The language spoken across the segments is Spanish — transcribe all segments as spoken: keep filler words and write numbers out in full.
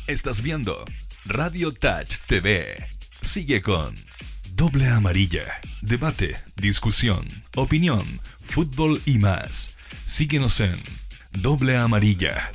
Estás viendo Radio Touch T V. Sigue con Doble Amarilla. Debate, discusión, opinión, fútbol y más. Síguenos en Doble Amarilla.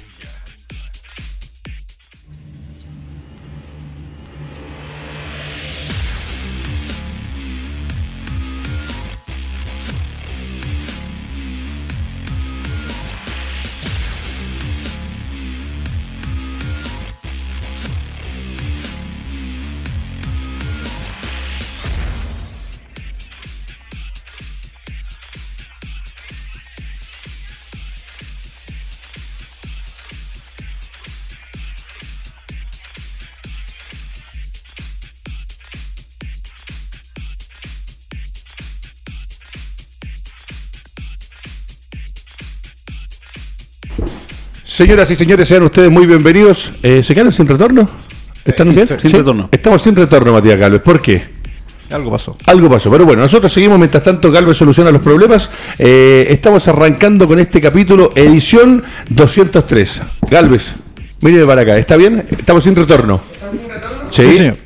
Señoras y señores, sean ustedes muy bienvenidos. Eh, ¿Se quedan sin retorno? ¿Están sí, bien? Sin ¿Sí? retorno. Estamos sin retorno, Matías Galvez. ¿Por qué? Algo pasó. Algo pasó. Pero bueno, nosotros seguimos mientras tanto Galvez soluciona los problemas. Eh, estamos arrancando con este capítulo, edición doscientos tres. Galvez, mire para acá. ¿Está bien? Estamos sin retorno. ¿Están sin retorno? Sí. sí señor.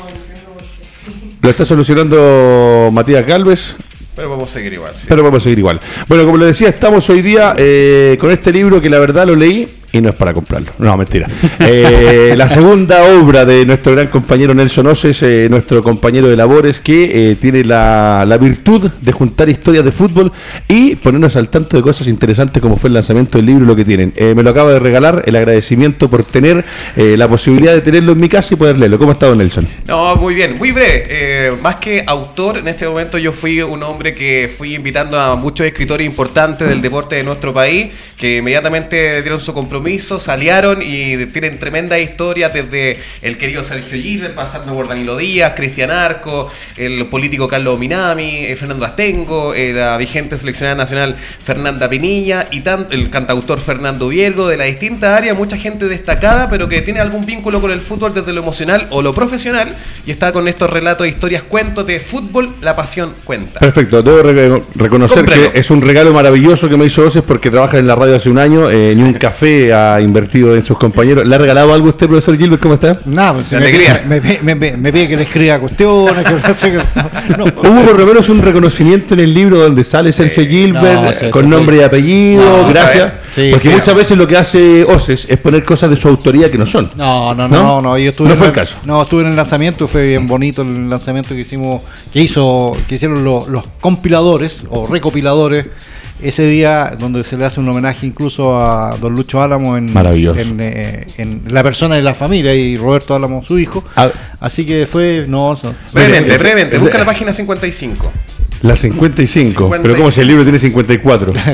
Lo está solucionando Matías Galvez. Pero vamos a seguir igual. Sí. Pero vamos a seguir igual. Bueno, como le decía, estamos hoy día eh, con este libro que la verdad lo leí y no es para comprarlo. No, mentira. Eh, la segunda obra de nuestro gran compañero Nelson Oces, eh, nuestro compañero de labores, que eh, tiene la, la virtud de juntar historias de fútbol y ponernos al tanto de cosas interesantes como fue el lanzamiento del libro y lo que tienen. Eh, me lo acaba de regalar, el agradecimiento por tener eh, la posibilidad de tenerlo en mi casa y poder leerlo. ¿Cómo ha estado, Nelson? No, muy bien, muy breve. Eh, más que autor, en este momento yo fui un hombre que fui invitando a muchos escritores importantes del deporte de nuestro país, que inmediatamente dieron su compromiso, salieron y tienen tremendas historias, desde el querido Sergio Gilbert, pasando por Danilo Díaz, Cristian Arco, el político Carlos Minami, eh, Fernando Astengo, eh, la vigente seleccionada nacional Fernanda Pinilla y tan, el cantautor Fernando Viergo, de las distintas áreas, mucha gente destacada, pero que tiene algún vínculo con el fútbol desde lo emocional o lo profesional, y está con estos relatos de historias, cuentos de fútbol, la pasión cuenta. Perfecto, debo re- reconocer Comprendo. que es un regalo maravilloso que me hizo Oces, porque trabaja en la radio hace un año, eh, ni un café ha invertido en sus compañeros. ¿Le ha regalado algo a usted, profesor Gilbert? ¿Cómo está? No, pues me, me, me, me, me pide que le escriba cuestiones. Que no sé, que, no, no. Hubo por lo menos un reconocimiento en el libro donde sale Sergio sí, Gilbert no, sí, con sí, nombre sí. y apellido, no, gracias. Sí, porque sí, muchas no. veces lo que hace Oces es poner cosas de su autoría que no son. No, no, no, no, no, yo estuve no en fue el, el caso. No, estuve en el lanzamiento, fue bien bonito el lanzamiento que hicimos, que hizo, que hicieron los, los compiladores o recopiladores. Ese día donde se le hace un homenaje incluso a don Lucho Álamo en, en, eh, en la persona de la familia y Roberto Álamo su hijo. Ah. Así que fue... no so, Brevemente, es, brevemente, es, busca es, la página cincuenta y cinco. La cincuenta y cinco, cincuenta y cinco. Pero como si el libro tiene cincuenta y cuatro. No,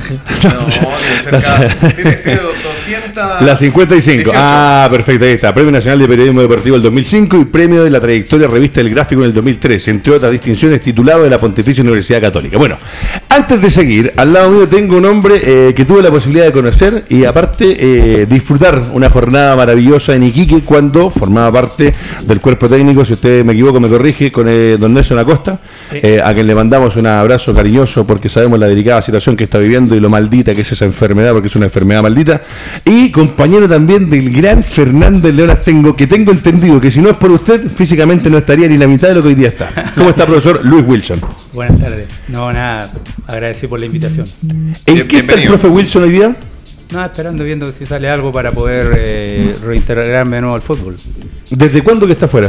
tiene cerca, tiene, tiene doscientos. La cincuenta y cinco. dieciocho. Ah, perfecto, ahí está. Premio Nacional de Periodismo Deportivo del dos mil cinco y Premio de la Trayectoria Revista del Gráfico en el dos mil tres, entre otras distinciones, titulado de la Pontificia Universidad Católica. Bueno, antes de seguir, al lado mío tengo un hombre eh, que tuve la posibilidad de conocer y aparte eh, disfrutar una jornada maravillosa en Iquique cuando formaba parte del cuerpo técnico, si usted me equivoco me corrige, con eh, don Nelson Acosta, sí. eh, a quien le mandamos un abrazo cariñoso porque sabemos la delicada situación que está viviendo y lo maldita que es esa enfermedad, porque es una enfermedad maldita, y compañero también del gran Fernando León Astengo, que tengo entendido que si no es por usted físicamente no estaría ni la mitad de lo que hoy día está. ¿Cómo está, profesor Luis Wilson? Buenas tardes. No, nada, agradecido por la invitación. ¿En Bien, qué está el profe Wilson hoy día? No, esperando, viendo si sale algo para poder eh, reintegrarme de nuevo al fútbol. ¿Desde cuándo que está fuera?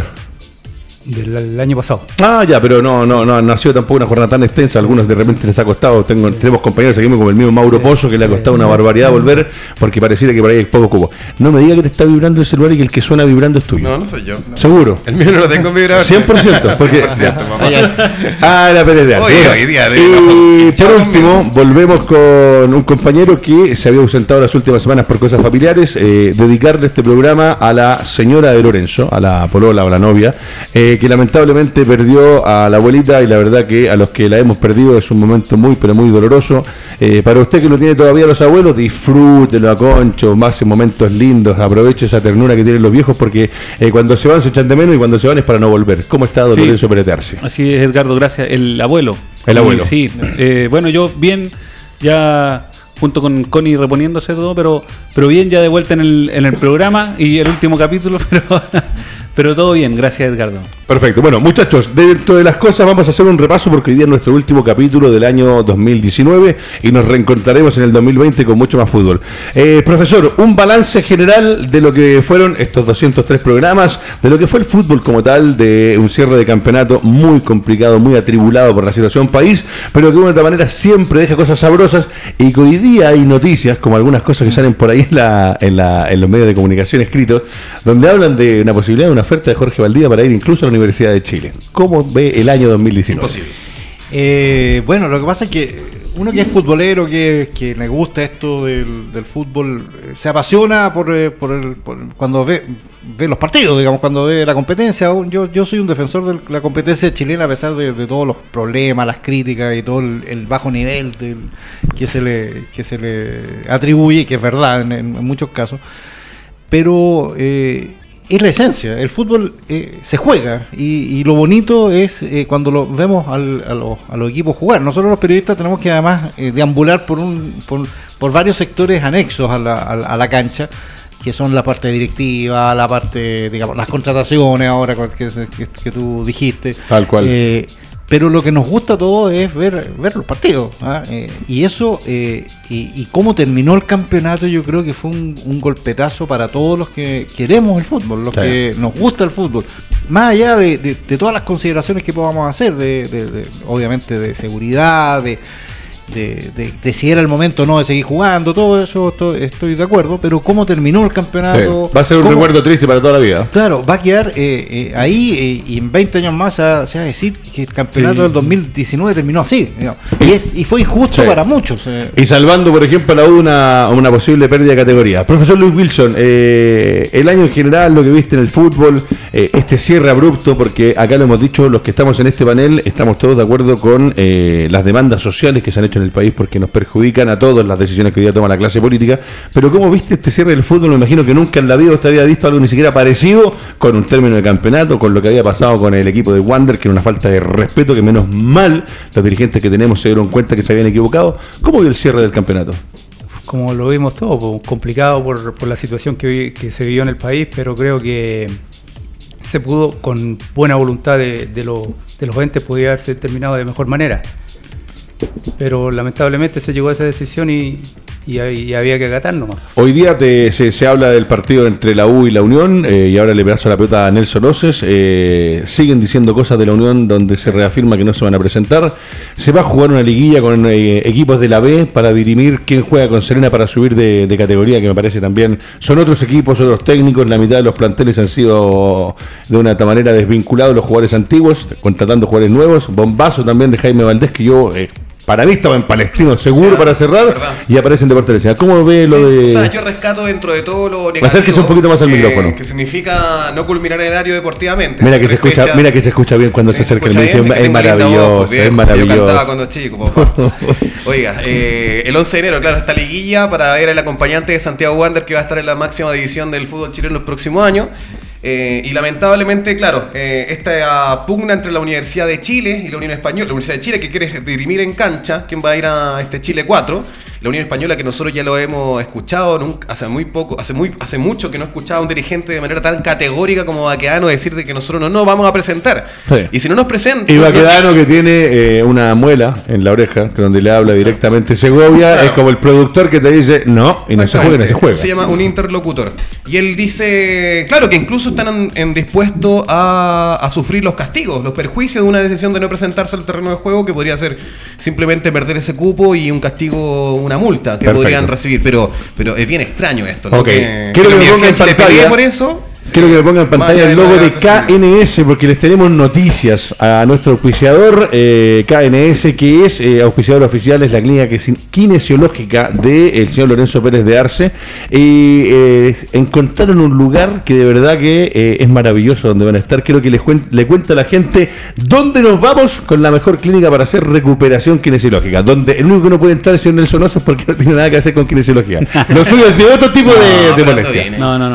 Del el año pasado. Ah, ya, pero no, no, no, no ha sido tampoco una jornada tan extensa. Algunos de repente les ha costado. Tengo, tenemos compañeros aquí como el mismo Mauro Pozo, que le ha costado una barbaridad volver, porque pareciera que por ahí hay poco cubo. No me diga que te está vibrando el celular y que el que suena vibrando es tuyo. No, no soy yo. No. ¿Seguro? El mío no lo tengo en vibrador. cien por ciento. Porque, cien por ciento, mamá. Ah, la pelea. Oye, hoy día. Y por último, volvemos con un compañero que se había ausentado las últimas semanas por cosas familiares. Eh, dedicarle este programa a la señora de Lorenzo, a la polola o la novia, eh, que lamentablemente perdió a la abuelita, y la verdad que a los que la hemos perdido es un momento muy pero muy doloroso. Eh, para usted que no tiene todavía los abuelos, disfrútelo a concho, más en momentos lindos, aproveche esa ternura que tienen los viejos, porque eh, cuando se van se echan de menos y cuando se van es para no volver. ¿Cómo está don Lorenzo Pérez Arce? Así es, Edgardo, gracias. El abuelo. El abuelo. Sí, eh, bueno, yo bien, ya junto con Connie reponiéndose todo, pero, pero bien ya de vuelta en el, en el programa y el último capítulo, pero, pero todo bien, gracias Edgardo. Perfecto, bueno muchachos, dentro de las cosas vamos a hacer un repaso porque hoy día es nuestro último capítulo del año dos mil diecinueve y nos reencontraremos en el dos mil veinte con mucho más fútbol. Eh, profesor, un balance general de lo que fueron estos doscientos tres programas, de lo que fue el fútbol como tal, de un cierre de campeonato muy complicado, muy atribulado por la situación país, pero que de otra manera siempre deja cosas sabrosas y que hoy día hay noticias, como algunas cosas que salen por ahí en, la, en, la, en los medios de comunicación escritos, donde hablan de una posibilidad de una oferta de Jorge Valdivia para ir incluso a la Universidad de Chile. ¿Cómo ve el año dos mil diecinueve? Imposible. Eh, bueno, lo que pasa es que uno que es futbolero, que, que le gusta esto del, del fútbol, eh, se apasiona por, eh, por, el, por cuando ve, ve los partidos, digamos, cuando ve la competencia. Yo, yo soy un defensor de la competencia chilena a pesar de, de todos los problemas, las críticas y todo el, el bajo nivel del, que, se le, que se le atribuye, que es verdad en, en muchos casos. Pero eh, es la esencia, el fútbol eh, se juega y, y lo bonito es eh, cuando lo vemos al, a, los, a los equipos jugar. Nosotros los periodistas tenemos que además eh, deambular por, un, por, por varios sectores anexos a la, a, a la cancha, que son la parte directiva, la parte, digamos, las contrataciones ahora que, que, que tú dijiste. Tal cual. Eh, pero lo que nos gusta a todos es ver, ver los partidos, ¿ah? eh, y eso eh, y, y cómo terminó el campeonato, yo creo que fue un, un golpetazo para todos los que queremos el fútbol, los sí. que nos gusta el fútbol, más allá de, de, de todas las consideraciones que podamos hacer, de, de, de obviamente de seguridad, de De, de, de si era el momento o no de seguir jugando, todo eso estoy, estoy de acuerdo, pero cómo terminó el campeonato, sí. Va a ser un cómo, recuerdo triste para toda la vida. Claro, va a quedar eh, eh, ahí eh, y en veinte años más se va, se va a decir que el campeonato sí. del dos mil diecinueve terminó así, digamos, y, es, y fue injusto sí. para muchos eh. y salvando por ejemplo a la U una, una posible pérdida de categoría. Profesor Luis Wilson, eh, el año en general, lo que viste en el fútbol, eh, este cierre abrupto, porque acá lo hemos dicho, los que estamos en este panel estamos todos de acuerdo con eh, las demandas sociales que se han hecho en el país porque nos perjudican a todos las decisiones que hoy día toma la clase política, pero ¿cómo viste este cierre del fútbol? Me imagino que nunca en la vida usted había visto algo ni siquiera parecido con un término de campeonato, con lo que había pasado con el equipo de Wander, que era una falta de respeto que menos mal los dirigentes que tenemos se dieron cuenta que se habían equivocado. ¿Cómo vio el cierre del campeonato? Como lo vimos todo, pues, complicado por, por la situación que, que se vivió en el país, pero creo que se pudo, con buena voluntad de, de, lo, de los entes, podía haberse terminado de mejor manera. Pero lamentablemente se llegó a esa decisión y, y, y había que acatar nomás. Hoy día te, se, se habla del partido entre la U y la Unión, eh, y ahora le paso la pelota a Nelson Oces. Eh, siguen diciendo cosas de la Unión donde se reafirma que no se van a presentar. Se va a jugar una liguilla con eh, equipos de la B para dirimir quién juega con Serena para subir de, de categoría, que me parece también son otros equipos, otros técnicos. La mitad de los planteles han sido de una manera desvinculados los jugadores antiguos, contratando jugadores nuevos. Bombazo también de Jaime Valdés, que yo... Eh, para mí estaba en Palestino seguro, o sea, para cerrar, verdad. Y aparece en Deportes Nacional. ¿Cómo ve lo sí, de...? O sea, yo rescato dentro de todo lo negativo... Acérquese un poquito más al eh, micrófono. Que significa no culminar el horario deportivamente. Mira que, se escucha, mira que se escucha bien cuando sí, se acerca el medio. Es maravilloso, voz, es maravilloso. Yo cantaba cuando chico, papá. Oiga, eh, el once de enero, claro, esta liguilla para ver al acompañante de Santiago Wander, que va a estar en la máxima división del fútbol chileno el próximo año. Eh, y lamentablemente, claro, eh, esta pugna entre la Universidad de Chile y la Unión Española, la Universidad de Chile que quiere dirimir en cancha quién va a ir a este Chile cuatro, la Unión Española que nosotros ya lo hemos escuchado nunca, hace muy poco, hace muy hace mucho que no escuchaba a un dirigente de manera tan categórica como Baquedano decir de que nosotros no nos vamos a presentar. Sí. Y si no nos presentan... Y Baquedano que tiene eh, una muela en la oreja, donde le habla directamente Segovia, claro. Es como el productor que te dice no, y no se juega, no se juega. Se llama un interlocutor. Y él dice, claro, que incluso están en, en dispuestos a, a sufrir los castigos, los perjuicios de una decisión de no presentarse al terreno de juego, que podría ser simplemente perder ese cupo y un castigo, una multa que Perfecto. Podrían recibir, pero pero es bien extraño esto, ¿no? Okay. Que, Quiero que, que me ponga en pantalla por eso. Quiero que me ponga en pantalla el logo de K N S, porque les tenemos noticias a nuestro auspiciador eh, K N S, que es eh, auspiciador oficial, es la clínica kinesiológica del señor Lorenzo Pérez de Arce. Y eh, encontraron un lugar que de verdad que eh, es maravilloso donde van a estar. Quiero que les cuen- le cuente a la gente dónde nos vamos con la mejor clínica para hacer recuperación kinesiológica. Donde el único que no puede entrar es el señor Nelson Oces porque no tiene nada que hacer con kinesiología. Lo suyo es de otro tipo no, de, de molestia. No, no, no.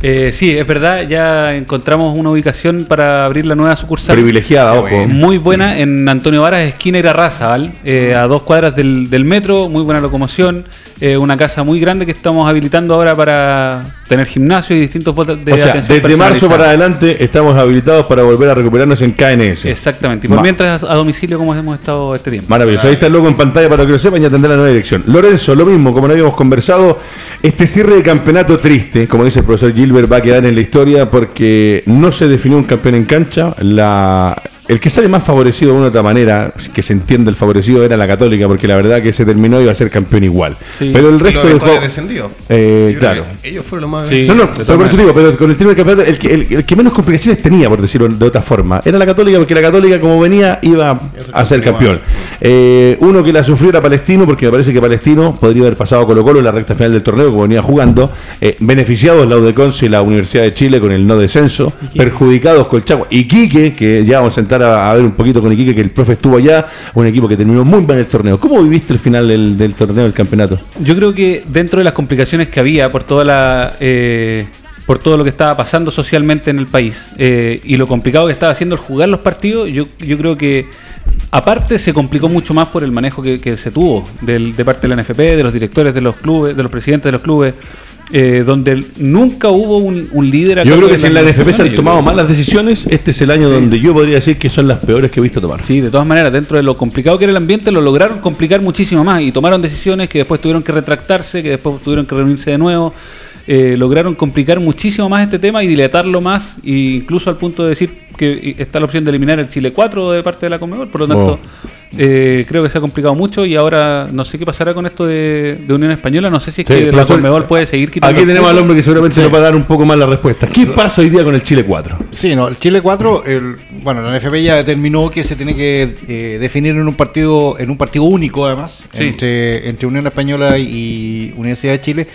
Eh, sí, es verdad, ya encontramos una ubicación para abrir la nueva sucursal. Privilegiada, ojo. Muy buena, en Antonio Varas, esquina Irarrázaval, eh, a dos cuadras del, del metro, muy buena locomoción, eh, una casa muy grande que estamos habilitando ahora para tener gimnasio y distintos botes de o sea, atención desde marzo personalizada. para adelante estamos habilitados para volver a recuperarnos en K N S. Exactamente, y por Ma- mientras a domicilio como hemos estado este tiempo. Maravilloso, ahí está el logo en pantalla para que lo sepan y atender la nueva dirección. Lorenzo, lo mismo, como no habíamos conversado, este cierre de campeonato triste, como dice el profesor Gilbert, va a quedar en la historia porque no se definió un campeón en cancha. La, el que sale más favorecido de una u otra manera, que se entiende el favorecido, era la Católica, porque la verdad que se terminó y iba a ser campeón igual. Sí. Pero el Y resto los dejó... eventuales descendidos. Eh, Yo creo claro. que Ellos fueron los más. Sí. No, no, de pero todas por eso te digo, pero con el tema del campeonato, el que, el, el que menos complicaciones tenía, por decirlo de otra forma, era la Católica, porque la Católica, como venía, iba a ser campeón. Eh, uno que la sufrió era Palestino, porque me parece que Palestino podría haber pasado a Colo Colo en la recta final del torneo, como venía jugando, eh, beneficiados la U D Conce y la Universidad de Chile con el no descenso, perjudicados Colchagua y Quique, que ya vamos a sentar a, a ver un poquito con Iquique, que el profe estuvo allá, un equipo que terminó muy bien el torneo. ¿Cómo viviste el final del, del torneo, del campeonato? Yo creo que dentro de las complicaciones que había por toda la eh, por todo lo que estaba pasando socialmente en el país eh, y lo complicado que estaba haciendo el jugar los partidos, yo, yo creo que aparte se complicó mucho más por el manejo que, que se tuvo del, de parte de la N F P, de los directores de los clubes, de los presidentes de los clubes. Eh, donde nunca hubo un, un líder a Yo cargo creo que de si en la N F P se han yo tomado creo que- malas decisiones, este es el año donde yo podría decir que son las peores que he visto tomar. Sí, de todas maneras, dentro de lo complicado que era el ambiente, lo lograron complicar muchísimo más y tomaron decisiones que después tuvieron que retractarse, que después tuvieron que reunirse de nuevo. Eh, lograron complicar muchísimo más este tema y dilatarlo más, e incluso al punto de decir que está la opción de eliminar el Chile cuatro de parte de la Conmebol. Por lo tanto, Oh. eh, creo que se ha complicado mucho y ahora no sé qué pasará con esto de, de Unión Española. No sé si es Sí, que la profesor, Conmebol puede seguir quitando. Aquí tenemos al puntos. hombre que seguramente Sí. nos va a dar un poco más la respuesta. ¿Qué pasa hoy día con el Chile cuatro? Sí, no, el Chile cuatro, el, bueno, la N F P ya determinó que se tiene que eh, definir en un partido en un partido único además, Sí. entre, entre Unión Española y Universidad de Chile,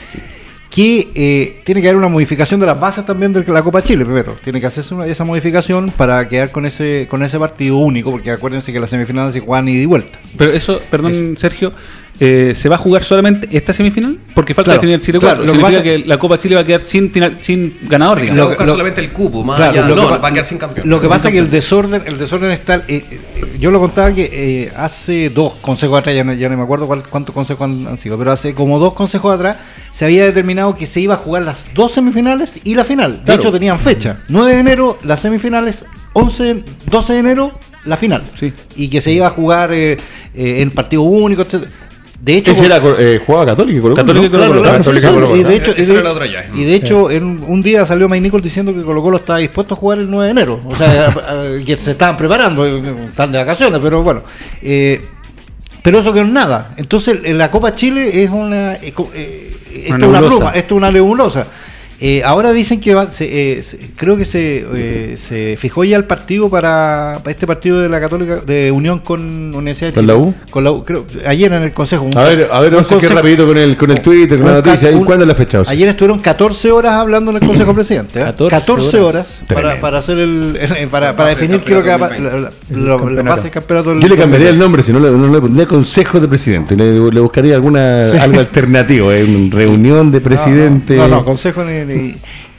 que eh, tiene que haber una modificación de las bases también de la Copa Chile primero. Tiene que hacerse una, esa modificación para quedar con ese con ese partido único, porque acuérdense que las semifinales se juegan ida y vuelta. Pero eso, perdón, Sergio, eh, ¿se va a jugar solamente esta semifinal? Porque falta Claro, definir el Chile claro, cuatro. lo que Significa pasa- que la Copa Chile va a quedar sin final, sin ganador, Se va a digamos. Lo- buscar lo- solamente el cupo, más Claro, allá. lo que No, pa- va a quedar sin campeón. Lo que pasa es que el desorden, el desorden está. eh, eh, yo lo contaba que eh, hace dos consejos atrás, ya no, ya no me acuerdo cuál- cuántos consejos han, han sido, pero hace como dos consejos atrás se había determinado que se iba a jugar las dos semifinales y la final. De Claro. hecho, tenían fecha: nueve de enero las semifinales, once, doce de enero la final. Sí. Y que se iba a jugar eh, eh, en partido único, etcétera. De hecho, Ese era eh, jugaba Católica y Colo Colo, Católica ¿no? y Colo Colo, claro, Católica sí, y sí, Colo Colo. y de hecho, y Ese de, era el otro ya. y de hecho en un día salió Mike Nichols diciendo que Colo Colo estaba dispuesto a jugar el nueve de enero. O sea, a- a- que se estaban preparando, eh, están de vacaciones, pero bueno. Eh, pero eso que no es nada. Entonces, en la Copa Chile es una. eh, co- eh, esto es una nebulosa. pluma, esto es una nebulosa. Eh, ahora dicen que va, se, eh, se- creo que se, eh, se fijó ya el partido para, para este partido de la Católica de Unión con Universidad de ¿Con Chile. la U? Con la U, creo, ayer en el consejo. un- A ver, a ver, un vamos a qué consejo- rapidito con el, con el Twitter, con la un ca- noticia. ¿Y un- ¿Cuándo es la fecha? José? Ayer estuvieron catorce horas hablando en el Consejo Presidente. ¿eh? catorce catorce horas, para, Tremendo. para hacer el, el- para, para base del definir qué es lo que va a pa- campeonato la, la- la- la campeonato. base del campeonato del Yo le cambiaría el dos mil veinte. nombre, si no le, no le pondría Consejo de Presidente. Le, le buscaría alguna algo alternativo, eh, una reunión de presidente. No, no, no, consejo ni. ni-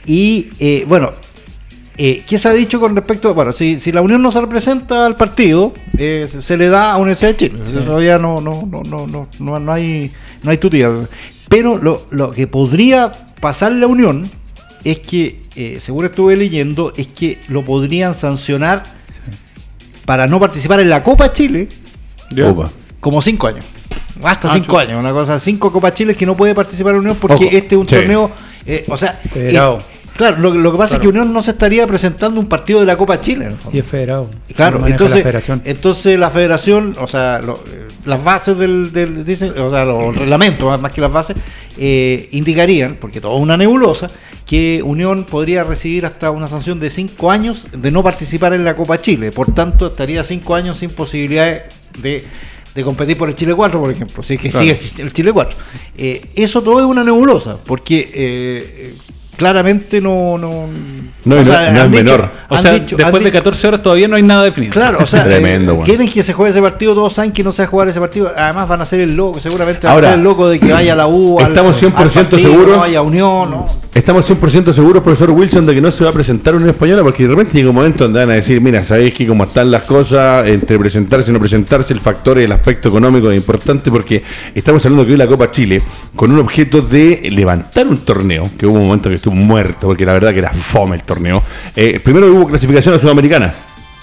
y eh, bueno, eh, ¿qué se ha dicho con respecto? Bueno, si, si la Unión no se representa al partido, eh, se, se le da a Universidad de Chile. Todavía no, no, no, no, no, no, no hay, no hay tutía. Pero lo, lo que podría pasarle a Unión es que, eh, según estuve leyendo, es que lo podrían sancionar para no participar en la Copa Chile Opa. como cinco años. Hasta Ah, cinco chuta. años, una cosa, cinco Copa Chile que no puede participar en Unión porque Ojo, este es un sí. torneo, eh, o sea, Federado. eh, claro, lo, lo que pasa es que Unión no se estaría presentando un partido de la Copa Chile. En el fondo. Y es federado. Claro, Lo maneja entonces la federación. entonces la federación, o sea, lo- eh, las bases del, del dicen, o sea, los reglamentos más, más que las bases eh, indicarían, porque todo es una nebulosa, que Unión podría recibir hasta una sanción de cinco años de no participar en la Copa Chile. Por tanto, estaría cinco años sin posibilidades de, de competir por el Chile cuatro, por ejemplo. Si es que Claro. sigue el Chile cuatro. Eh, eso todo es una nebulosa, porque eh, eh, claramente no... No, No, y no- no han es menor. O han sea, dicho- han después de dicho- catorce horas todavía no hay nada definido. Claro, o sea, Tremendo, eh, bueno. quieren que se juegue ese partido, todos saben que no se va a jugar ese partido, además van a ser el loco, seguramente van Ahora, a ser el loco de que vaya la U, al- estamos cien por ciento al partido, seguros. no vaya Unión, ¿no? Estamos cien por ciento seguros, profesor Wilson, de que no se va a presentar Unión Española, porque de repente llega un momento donde van a decir, mira, sabéis que como están las cosas, entre presentarse y no presentarse, el factor y el aspecto económico es importante, porque estamos hablando que hoy la Copa Chile, con un objeto de levantar un torneo, que hubo un momento que estuvo muerto, porque la verdad que era fome el torneo. Eh, primero hubo clasificación a Sudamericana,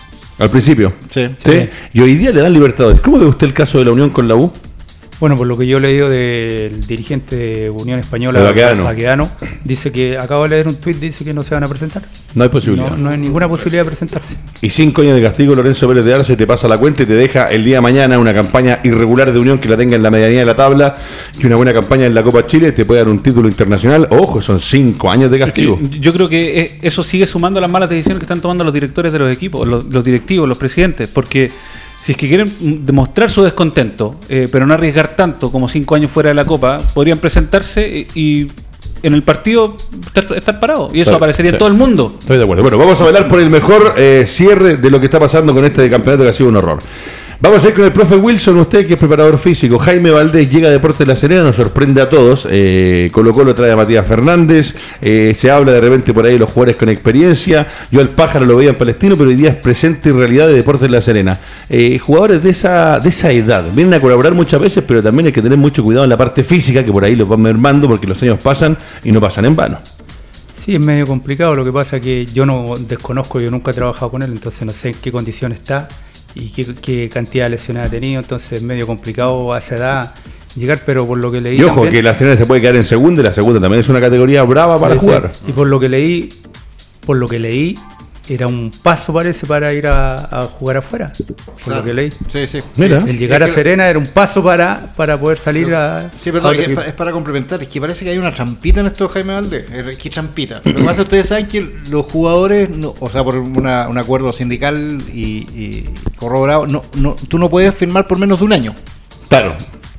al principio. Sí. ¿Sí? Sí. Y hoy día le dan Libertadores. ¿Cómo ve usted el caso de la Unión con la U? Bueno, por lo que yo he leído del dirigente de Unión Española, De Baquedano. Baquedano, dice que, acabo de leer un tuit, dice que no se van a presentar. No hay posibilidad. No, no hay ninguna posibilidad de presentarse. Y cinco años de castigo, Lorenzo Pérez de Arce te pasa la cuenta y te deja el día de mañana una campaña irregular de Unión que la tenga en la medianía de la tabla y una buena campaña en la Copa Chile, te puede dar un título internacional. Ojo, son cinco años de castigo. Yo creo que eh, eso sigue sumando las malas decisiones que están tomando los directores de los equipos, los, los directivos, los presidentes, porque si es que quieren demostrar su descontento, eh, pero no arriesgar tanto como cinco años fuera de la Copa, podrían presentarse y, y en el partido estar, estar parados. Y eso Claro, aparecería sí. en todo el mundo. Estoy de acuerdo. Bueno, vamos a hablar por el mejor eh, cierre de lo que está pasando con este campeonato que ha sido un horror. Vamos a ir con el profe Wilson, usted que es preparador físico. Jaime Valdés llega a Deportes La Serena, nos sorprende a todos. Eh, Colo Colo trae a Matías Fernández. Eh, se habla de repente por ahí los jugadores con experiencia. Yo al Pájaro lo veía en Palestino, pero hoy día es presente y realidad de Deportes La Serena. Eh, jugadores de esa, de esa edad vienen a colaborar muchas veces, pero también hay que tener mucho cuidado en la parte física, que por ahí los van mermando porque los años pasan y no pasan en vano. Sí, es medio complicado. Lo que pasa es que yo no desconozco, yo nunca he trabajado con él, entonces no sé en qué condición está y qué, qué cantidad de lesiones ha tenido, entonces es medio complicado a esa edad llegar, pero por lo que leí Y ojo, también, que La Serena se puede quedar en segunda y la segunda también es una categoría brava para sí, jugar. sí. Y por lo que leí, por lo que leí, era un paso parece para ir a, a jugar afuera, por Claro. lo que leí. Sí, sí. Mira. El llegar Es a que- Serena era un paso para, para poder salir a... Sí, perdón, a es, otro pa- equipo. es para complementar, es que parece que hay una trampita en esto de Jaime Valdés. Es- ¿Qué trampita? Lo que pasa es que ustedes saben que los jugadores, no- o sea, por una- un acuerdo sindical y, y corroborado, no, no, tú no puedes firmar por menos de un año. Claro.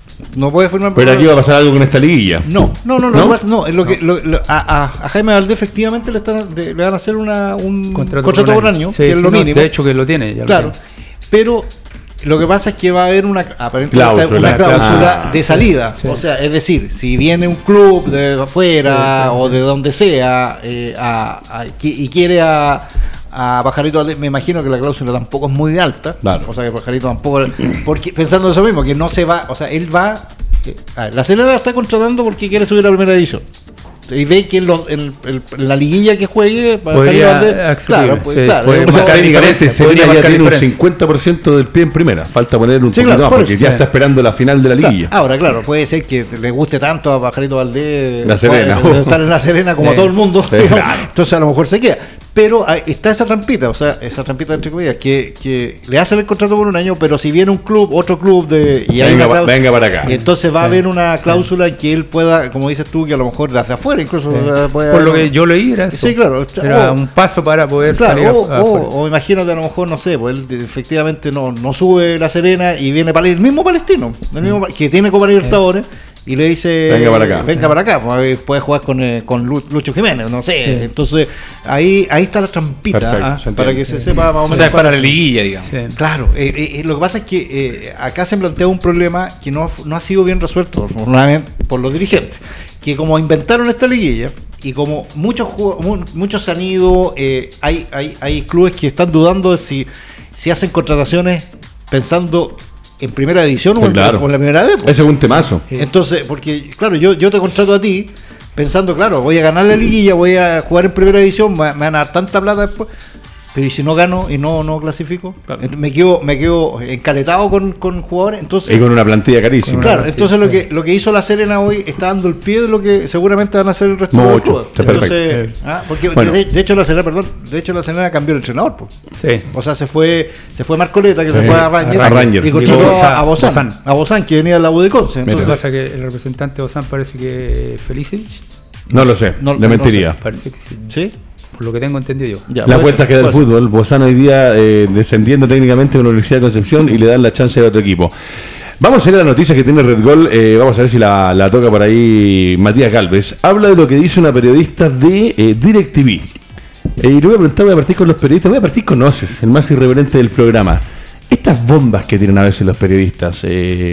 No puedes firmar por Pero menos aquí va a pasar algo con esta liguilla. No, no, no, ¿No? no, no, es lo que lo- lo- a, a- a Jaime Valdés efectivamente le, están, de- le van a hacer una, un contrato, Contrato por año, Sí, que es sí, lo no, mínimo. de hecho que lo tiene. Ya lo Claro, tiene. pero lo que pasa es que va a haber una aparentemente Cláusula. una cláusula Ah. de salida. Sí. O sea, es decir, si viene un club de afuera Sí, sí, o sí. de donde sea eh, a- a- qui- y quiere a, a Pajarito Valdés, me imagino que la cláusula tampoco es muy alta. Claro. O sea, que Pajarito tampoco. Porque pensando eso mismo, que no se va. O sea, él va. eh, a ver, la Serena la está contratando porque quiere subir a la primera división. Y ve que en, los- en- en- en la liguilla que juegue, Pajarito Podría Valdés, acceder, claro, pues, sí, claro, puede es O sea, un- marcar técnicamente diferencia, Serena podría ya marcar tiene un diferencia. cincuenta por ciento del pie en primera. Falta poner un Sí, poquito claro, más por porque eso, ya sí. está esperando la final de la liguilla. Ahora, claro, puede ser que le guste tanto a Pajarito Valdés La Serena. jugar- estar en La Serena como Sí. todo el mundo, Sí, digamos. claro. Entonces a lo mejor se queda. Pero ah, está esa trampita, o sea, esa trampita entre comillas, que, que le hacen el contrato por un año, pero si viene un club, otro club de y hay Venga, una pa- cláusula- venga para acá. y entonces va a haber una cláusula en que él pueda, como dices tú, que a lo mejor desde afuera incluso Sí. eh, puede Por lo haber- que yo leí era eso. Sí, claro. Era O- un paso para poder Claro, salir a- o, a- o- afuera. o imagínate a lo mejor, no sé, pues él de- efectivamente no, no sube La Serena y viene para el mismo palestino, el mismo, pa- que tiene Copa Libertadores, y le dice, Venga para acá. venga para acá, pues, eh, puede jugar con, eh, con Lu- Lucho Jiménez, no sé. Sí. Entonces, ahí ahí está la trampita, Perfecto, ah, se entiende. para que se sepa más o O menos. sea, es para cuál- la liguilla, digamos. Sí. Claro, eh, eh, lo que pasa es que eh, acá se plantea un problema que no, no ha sido bien resuelto normalmente por los dirigentes, que como inventaron esta liguilla y como muchos ju- mu- muchos se han ido, eh, hay, hay, hay clubes que están dudando de si, si hacen contrataciones pensando en primera división o, Sí, en, claro. o en la primera vez. pues. Ese es un temazo. Entonces, porque claro, yo, yo te contrato a ti pensando, claro, voy a ganar la liguilla, voy a jugar en primera división, me, me van a dar tanta plata después. Pero ¿y si no gano y no, no clasifico? Claro. Ent- Me quedo, me quedo encaletado con, con jugadores. Entonces, Y con una plantilla carísima. claro, plantilla, entonces lo sí. que lo que hizo la Serena hoy está dando el pie de lo que seguramente van a hacer el resto de Mucho, los clubes. está Entonces, perfecto. ah, porque Bueno. de, de hecho la Serena, perdón, de hecho la Serena cambió el entrenador, pues. Sí. O sea, se fue, se fue Marcoleta, que se Sí, fue a Rangers, a Rangers. y contrató Y a, Bozán, a Bozán, Bozán. a Bozán, que venía de la U de Conce. Mira. Lo que Entonces, pasa es que el representante de Ozan parece que es Felicevich. No lo sé, No- le no mentiría. Parece que sí. ¿sí? Por lo que tengo entendido yo. Ya, La puede vuelta ser, que da el puede ser. fútbol. Bozán hoy día eh, descendiendo técnicamente de la Universidad de Concepción y le dan la chance de otro equipo. Vamos a ir a la noticia que tiene Red Gol. eh, vamos a ver si la, la toca por ahí Matías Galvez. Habla de lo que dice una periodista de eh, DirecTV. Eh, y le voy a preguntar, voy a partir con los periodistas, voy a partir con Oces, el más irreverente del programa. Estas bombas que tienen a veces los periodistas, eh,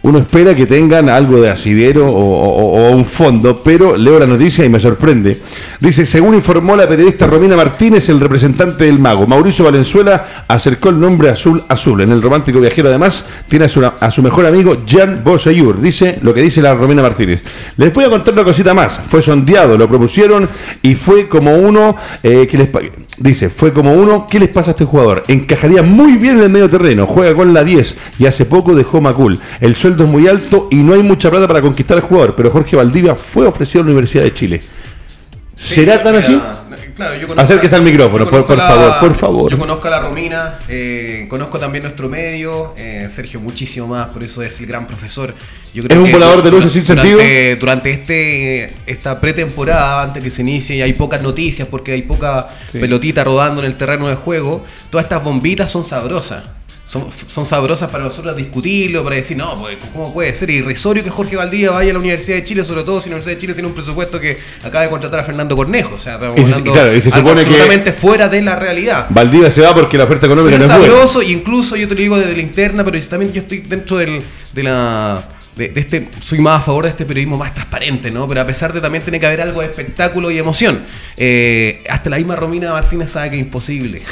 uno espera que tengan algo de asidero o, o, o un fondo, pero leo la noticia y me sorprende. Dice, según informó la periodista Romina Martínez, el representante del Mago, Mauricio Valenzuela, acercó el nombre Azul Azul. En el romántico viajero, además, tiene a su, a su mejor amigo Jan Boseyur. Dice lo que dice la Romina Martínez. Les voy a contar una cosita más. Fue sondeado, lo propusieron y fue como uno eh, que les dice, fue como uno, ¿qué les pasa a este jugador? Encajaría muy bien en el medio terreno, juega con la diez y hace poco dejó Macul. El sueldo es muy alto y no hay mucha plata para conquistar al jugador, pero Jorge Valdivia fue ofrecido a la Universidad de Chile. ¿Será sí, tan mira, así? Claro, yo conozco acérquese al micrófono, por, por la, favor, por favor. Yo conozco a la Romina, eh, conozco también nuestro medio, eh, Sergio muchísimo más, por eso es el gran profesor. Yo creo es un que volador de luces sin sentido. Durante, durante este esta pretemporada, antes que se inicie, y hay pocas noticias porque hay poca sí. pelotita rodando en el terreno de juego, todas estas bombitas son sabrosas. Son, son sabrosas para nosotros discutirlo, para decir, no, pues, ¿cómo puede ser irrisorio que Jorge Valdivia vaya a la Universidad de Chile? Sobre todo si la Universidad de Chile tiene un presupuesto que acaba de contratar a Fernando Cornejo. O sea, estamos y, hablando claro, y se algo supone absolutamente que fuera de la realidad. Valdivia se va porque la oferta económica pero no es sabroso, buena. Incluso yo te lo digo desde la interna, pero también yo estoy dentro del, de la... De, de este, soy más a favor de este periodismo más transparente, ¿no? Pero a pesar de también tiene que haber algo de espectáculo y emoción. Eh, hasta la misma Romina Martínez sabe que es imposible.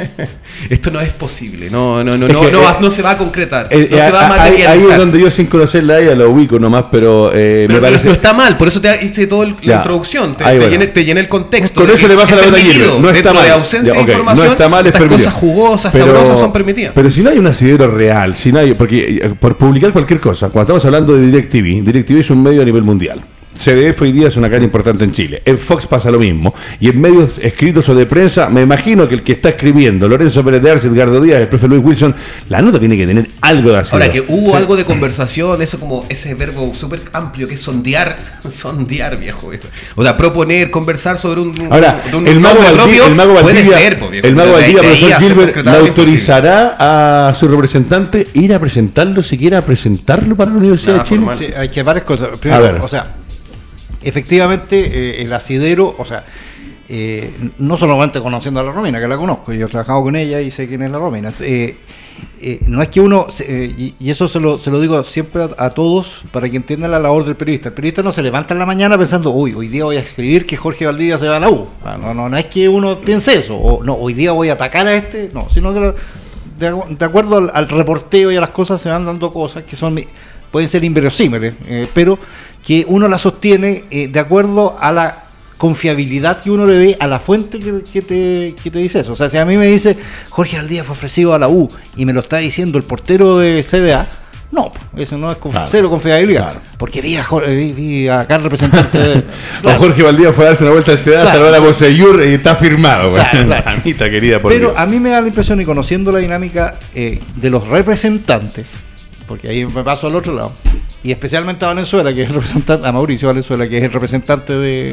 Esto no es posible, no, no, no, no, que, no, eh, no se va a concretar, eh, no eh, se va a materializar. Ahí es donde yo sin conocerla a ella la ubico nomás, pero, eh, pero me parece... no está mal, por eso te hice toda la ya. introducción, te, te, bueno. llené, te llené el contexto. Con eso le pasa a la verdad no está mal. De ausencia ya, okay. de información, no está mal, es estas cosas jugosas, pero, sabrosas son permitidas. Pero si no hay un asidero real, si no hay, porque por publicar cualquier cosa, cuando estamos hablando de DirecTV, DirecTV es un medio a nivel mundial. C D F hoy día es una cara importante en Chile. En Fox pasa lo mismo. Y en medios escritos o de prensa, me imagino que el que está escribiendo, Lorenzo Pérez de Arce, Edgardo Díaz, el profe Luis Wilson, la nota tiene que tener algo de así. Ahora, que hubo sí. algo de conversación, eso como ese verbo súper amplio que es sondear, sondear, viejo. O sea, proponer, conversar sobre un... Ahora, un, el mago Valdivia, propio, el mago Valdivia, puede ser, pues, viejo, el mago Valdivia, profesor Gilbert, ¿le autorizará a su representante ir a presentarlo, siquiera a presentarlo para la Universidad nah, de Chile? Sí, hay que varias cosas. Primero, o sea... Efectivamente, eh, el asidero, o sea, eh, no solamente conociendo a la Romina, que la conozco, yo he trabajado con ella y sé quién es la Romina, eh, eh, no es que uno, eh, y, y eso se lo, se lo digo siempre a, a todos para que entiendan la labor del periodista. El periodista no se levanta en la mañana pensando, uy, hoy día voy a escribir que Jorge Valdivia se va a la U. No, no, no es que uno piense eso, o no, hoy día voy a atacar a este, no, sino que de, de acuerdo al, al reporteo y a las cosas se van dando cosas que son... pueden ser inverosímiles, eh, pero que uno la sostiene eh, de acuerdo a la confiabilidad que uno le dé a la fuente que, que, te, que te dice eso. O sea, si a mí me dice Jorge Valdivia fue ofrecido a la U y me lo está diciendo el portero de C D A, no, eso no es con, claro, cero confiabilidad. Claro. Porque vi, a, vi, vi acá el representante de... Claro. O Jorge Valdivia fue a darse una vuelta al C D A, claro, salvar a Boseyur y está firmado. Claro, claro. Mamita querida, por Pero Dios. A mí me da la impresión, y conociendo la dinámica eh, de los representantes, porque ahí me paso al otro lado, y especialmente a Valenzuela, que es el representante, a Mauricio Valenzuela, que es el representante de,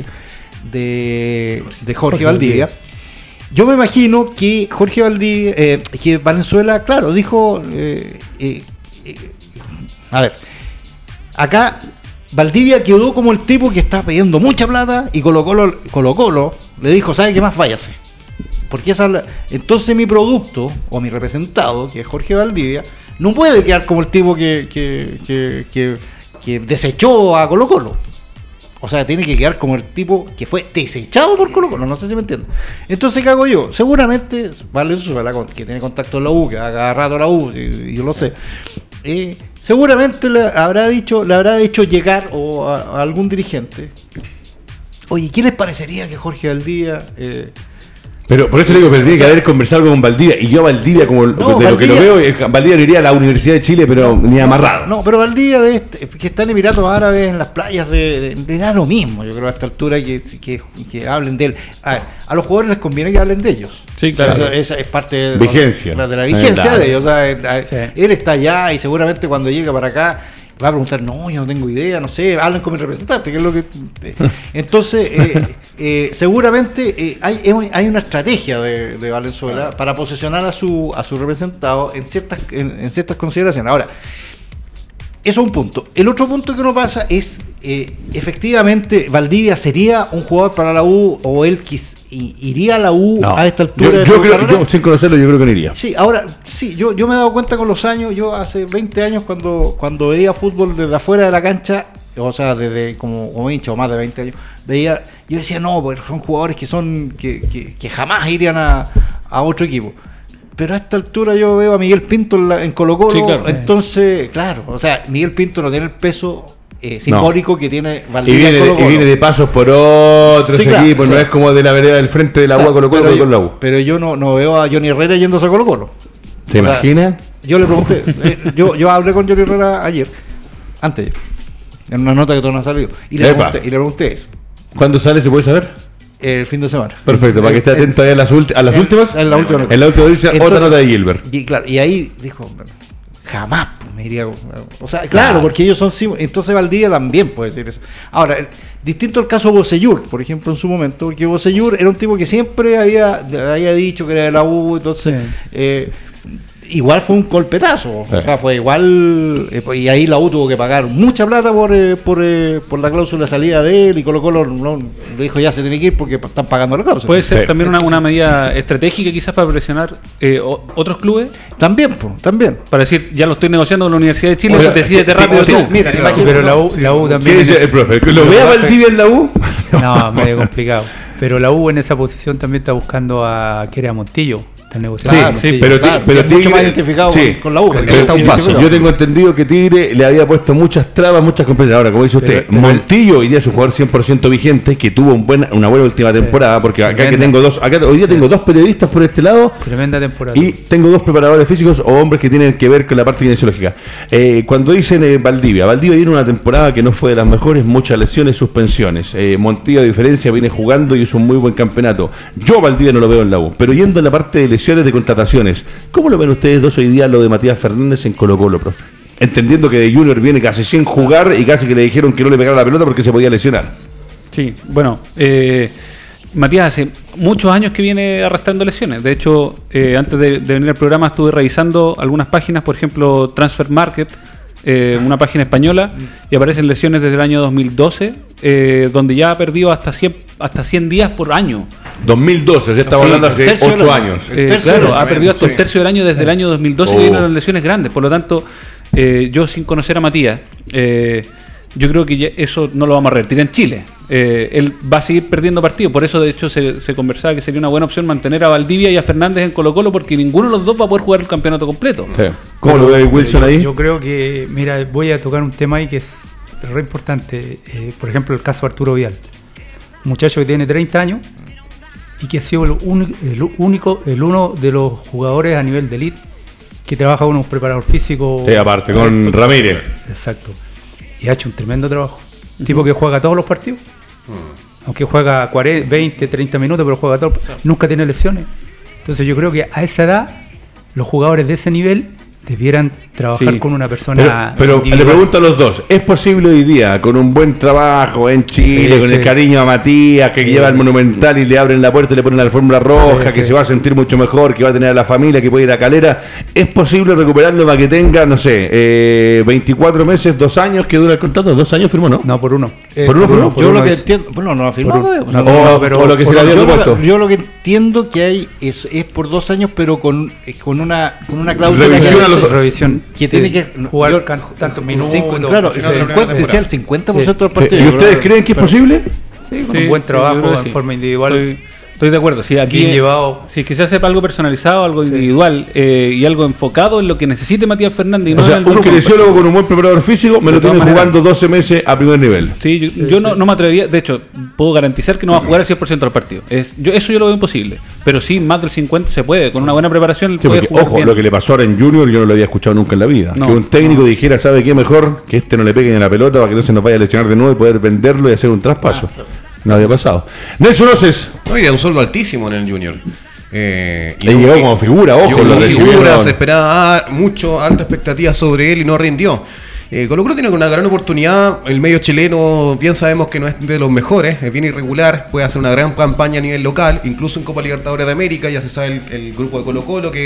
de, de Jorge Valdivia. Yo me imagino que Jorge Valdivia, eh, que Valenzuela, claro, dijo, eh, eh, eh, a ver, acá Valdivia quedó como el tipo que está pidiendo mucha plata y Colo Colo, Colo Colo le dijo, ¿sabe qué más? Váyase. Porque esa, entonces mi producto, o mi representado, que es Jorge Valdivia, no puede quedar como el tipo que, que, que, que, que desechó a Colo Colo. O sea, tiene que quedar como el tipo que fue desechado por Colo Colo. No sé si me entienden. Entonces, ¿qué hago yo? Seguramente, Valenzuela, que tiene contacto en la U, que ha agarrado la U, y yo lo sé, eh, seguramente le habrá dicho, le habrá hecho llegar o a, a algún dirigente, oye, ¿qué les parecería que Jorge Valdivia... Eh, Pero por eso le digo, pero tiene que haber conversado con Valdivia. Y yo a Valdivia, como no, de Valdivia, lo que lo veo, Valdivia no iría a la Universidad de Chile, pero no, ni amarrado. No, pero Valdivia, de este, que está en Emiratos Árabes, en las playas, de, de, le da lo mismo, yo creo, a esta altura, que, que, que hablen de él. A ver, a los jugadores les conviene que hablen de ellos. Sí, claro. Esa, esa es parte de, vigencia. de la vigencia claro. de ellos. O sea, sí. Él está allá y seguramente cuando llega para acá va a preguntar, no, yo no tengo idea, no sé, hablen con mi representante, que es lo que... Entonces, eh, eh, seguramente eh, hay, hay una estrategia de, de Valenzuela para posicionar a su a su representado en ciertas en, en ciertas consideraciones. Ahora, eso es un punto. El otro punto que nos pasa es, eh, efectivamente, Valdivia sería un jugador para la U, o él quis, i- iría a la U No. a esta altura Yo, de yo su creo, carrera. yo, sin conocerlo, yo creo que no iría. Sí, ahora, sí, yo, yo me he dado cuenta con los años, yo hace veinte años cuando, cuando veía fútbol desde afuera de la cancha, o sea, desde como, como hincha o más de veinte años, veía, yo decía, no, porque son jugadores que son, que, que, que jamás irían a, a otro equipo. Pero a esta altura yo veo a Miguel Pinto en, la- en Colo Colo, Sí, claro. entonces, claro, o sea, Miguel Pinto no tiene el peso eh, simbólico que tiene Y Valdivia viene, en de, Colo y Colo. viene de pasos por otros Sí, claro, equipos, sí. no es como de la vereda del frente de la U a Colo Colo pero, con la U. yo, pero yo no, no veo a Johnny Herrera yéndose a Colo Colo. ¿Te o sea, imaginas? Yo le pregunté, eh, yo, yo hablé con Johnny Herrera ayer, antes de ayer, en una nota que todavía no ha salido, y le, Epa. pregunté, y le pregunté eso, ¿Cuándo sale? ¿Se puede saber? el fin de semana. Perfecto, para que esté Eh, atento ahí a las, ulti- a las en- últimas. en la última nota. En la última dice otra Entonces, nota de Gilbert. Y claro, y ahí dijo, bueno, jamás pues, me iría. O sea, claro, porque ellos son sim- entonces Valdivia también puede decir eso. Ahora, eh, distinto el caso de Bocellur, por ejemplo, en su momento, porque Bocellur era un tipo que siempre había, había dicho que era de la U, entonces Sí. eh, igual fue un golpetazo. Sí. O sea, fue igual. eh, y ahí la U tuvo que pagar mucha plata por, eh, por, eh, por la cláusula de salida de él, y Colo Colo no, le dijo ya se tiene que ir porque están pagando la cláusula. Puede ser Sí. también una, una medida estratégica quizás para presionar eh, o- otros clubes, También, pues, también. para decir, ya lo estoy negociando con la Universidad de Chile, O sea, decídete tipo, rápido sí, tú. mira, Sí, imagínate, Pero la U, sí, la U ¿Qué también. dice en- el profe? ¿Lo lo ve a que pasa Valdivia en la U? No, medio complicado. Pero la U en esa posición también está buscando a Kerea Montillo. Está negociando. Claro, con sí, Montillo. pero, claro, pero que es mucho Tigre- más identificado sí. con, con la U. Él porque está un es paso. identificado. Yo tengo entendido que Tigre le había puesto muchas trabas, muchas competencias. Ahora, como dice usted, Pero- pero- Montillo hoy día es un jugador cien por ciento vigente que tuvo un buen, una buena última temporada. Porque acá que Tremenda. tengo dos, acá hoy día tengo dos periodistas por este lado. Tremenda temporada. Y tengo dos preparadores físicos o hombres que tienen que ver con la parte kinesiológica. Eh, cuando dicen eh, Valdivia, Valdivia viene una temporada que no fue de las mejores, muchas lesiones, suspensiones. Eh, Montillo, a diferencia, viene jugando y hizo un muy buen campeonato. Yo Valdivia no lo veo en la U, pero yendo a la parte de lesiones, de contrataciones, ¿cómo lo ven ustedes dos hoy día lo de Matías Fernández en Colo Colo, profe? Entendiendo que de Junior viene casi sin jugar y casi que le dijeron que no le pegara la pelota porque se podía lesionar. Sí, bueno, eh, Matías hace muchos años que viene arrastrando lesiones. De hecho, eh, antes de, de venir al programa estuve revisando algunas páginas, por ejemplo, Transfer Market, eh, una página española, y aparecen lesiones desde el año dos mil doce, eh, donde ya ha perdido hasta cien, hasta cien días por año. dos mil doce, ya estamos Sí, hablando hace tercio ocho del años. año. El Eh, tercio claro, del ha año, perdido hasta sí. el tercio del año desde el año dos mil doce Oh. que vienen las lesiones grandes. Por lo tanto, eh, yo sin conocer a Matías, eh, yo creo que ya eso no lo vamos a revertir en Chile. Eh, él va a seguir perdiendo partidos. Por eso, de hecho, se, se conversaba que sería una buena opción mantener a Valdivia y a Fernández en Colo Colo, porque ninguno de los dos va a poder jugar el campeonato completo. Sí. ¿Cómo lo ve Wilson ahí? Yo creo que, mira, voy a tocar un tema ahí que es re importante. Eh, por ejemplo, el caso de Arturo Vidal. Un muchacho que tiene treinta años y que ha sido el, uni- el único, el uno de los jugadores a nivel de elite que trabaja con un preparador físico. Sí, aparte, con Ramírez. Exacto. Y ha hecho un tremendo trabajo. Un tipo que juega todos los partidos. Aunque juega cuarenta, veinte, treinta minutos, pero juega todos. Nunca tiene lesiones. Entonces yo creo que a esa edad, los jugadores de ese nivel debieran trabajar Sí. con una persona. Pero, pero le individual. pregunto a los dos, ¿es posible hoy día, con un buen trabajo en Chile, Sí, con sí. el cariño a Matías, que Sí. lleva el Monumental y le abren la puerta y le ponen la alfombra roja, Sí, que sí. se va a sentir mucho mejor, que va a tener a la familia, que puede ir a Calera? ¿Es posible recuperarlo para que tenga, no sé, eh, veinticuatro meses, dos años que dura el contrato? ¿Dos años firmó, no? No, por uno. Eh, ¿Por uno, por uno? Yo Por lo uno que es- entiendo. Bueno, no ha firmado. por un- todavía, no, no. o, no, pero- o lo que se por le había yo, propuesto. lo, yo lo que entiendo que hay es, es por dos años, pero con, eh, con una con una cláusula Revisión que, a los dos. Revisión. que tiene Sí. que jugar yo- can- tantos un minutos. cinco- claro, al final de la cincuenta, primera decía el cincuenta por ciento del Sí. partido. ¿Y Yo ustedes creo- creen que es pero- posible? Sí, con Sí, un buen sí, trabajo yo creo que en sí. forma individual. Estoy, estoy de acuerdo. Si aquí Bien llevado. Si es que se hace algo personalizado, algo individual eh, y algo enfocado en lo que necesite Matías Fernández. Y no O sea, en el un grupo. kinesiólogo con un buen preparador físico me lo De todas tiene maneras. jugando doce meses a primer nivel. Sí, yo, yo no, no me atrevería, de hecho, puedo garantizar que no va a jugar al cien por ciento del partido. Es, yo, eso yo lo veo imposible. Pero sí, más del cincuenta se puede. Con una buena preparación él Sí, puede porque, jugar ojo, bien. lo que le pasó ahora en Junior yo no lo había escuchado nunca en la vida. No. que un técnico dijera, ¿sabe qué mejor? Que este no le pegue en la pelota para que no se nos vaya a lesionar de nuevo y poder venderlo y hacer un traspaso. No había pasado. Nelson Oces, No, y de un sueldo altísimo en el Junior. Eh, le llegó como figura, ojo, llegó lo como recibieron. figura, se esperaba ah, mucho, alta expectativa sobre él y no rindió. Eh, Colo Colo tiene una gran oportunidad. El medio chileno, bien sabemos que no es de los mejores, es bien irregular. Puede hacer una gran campaña a nivel local, incluso en Copa Libertadores de América. Ya se sabe el, el grupo de Colo Colo que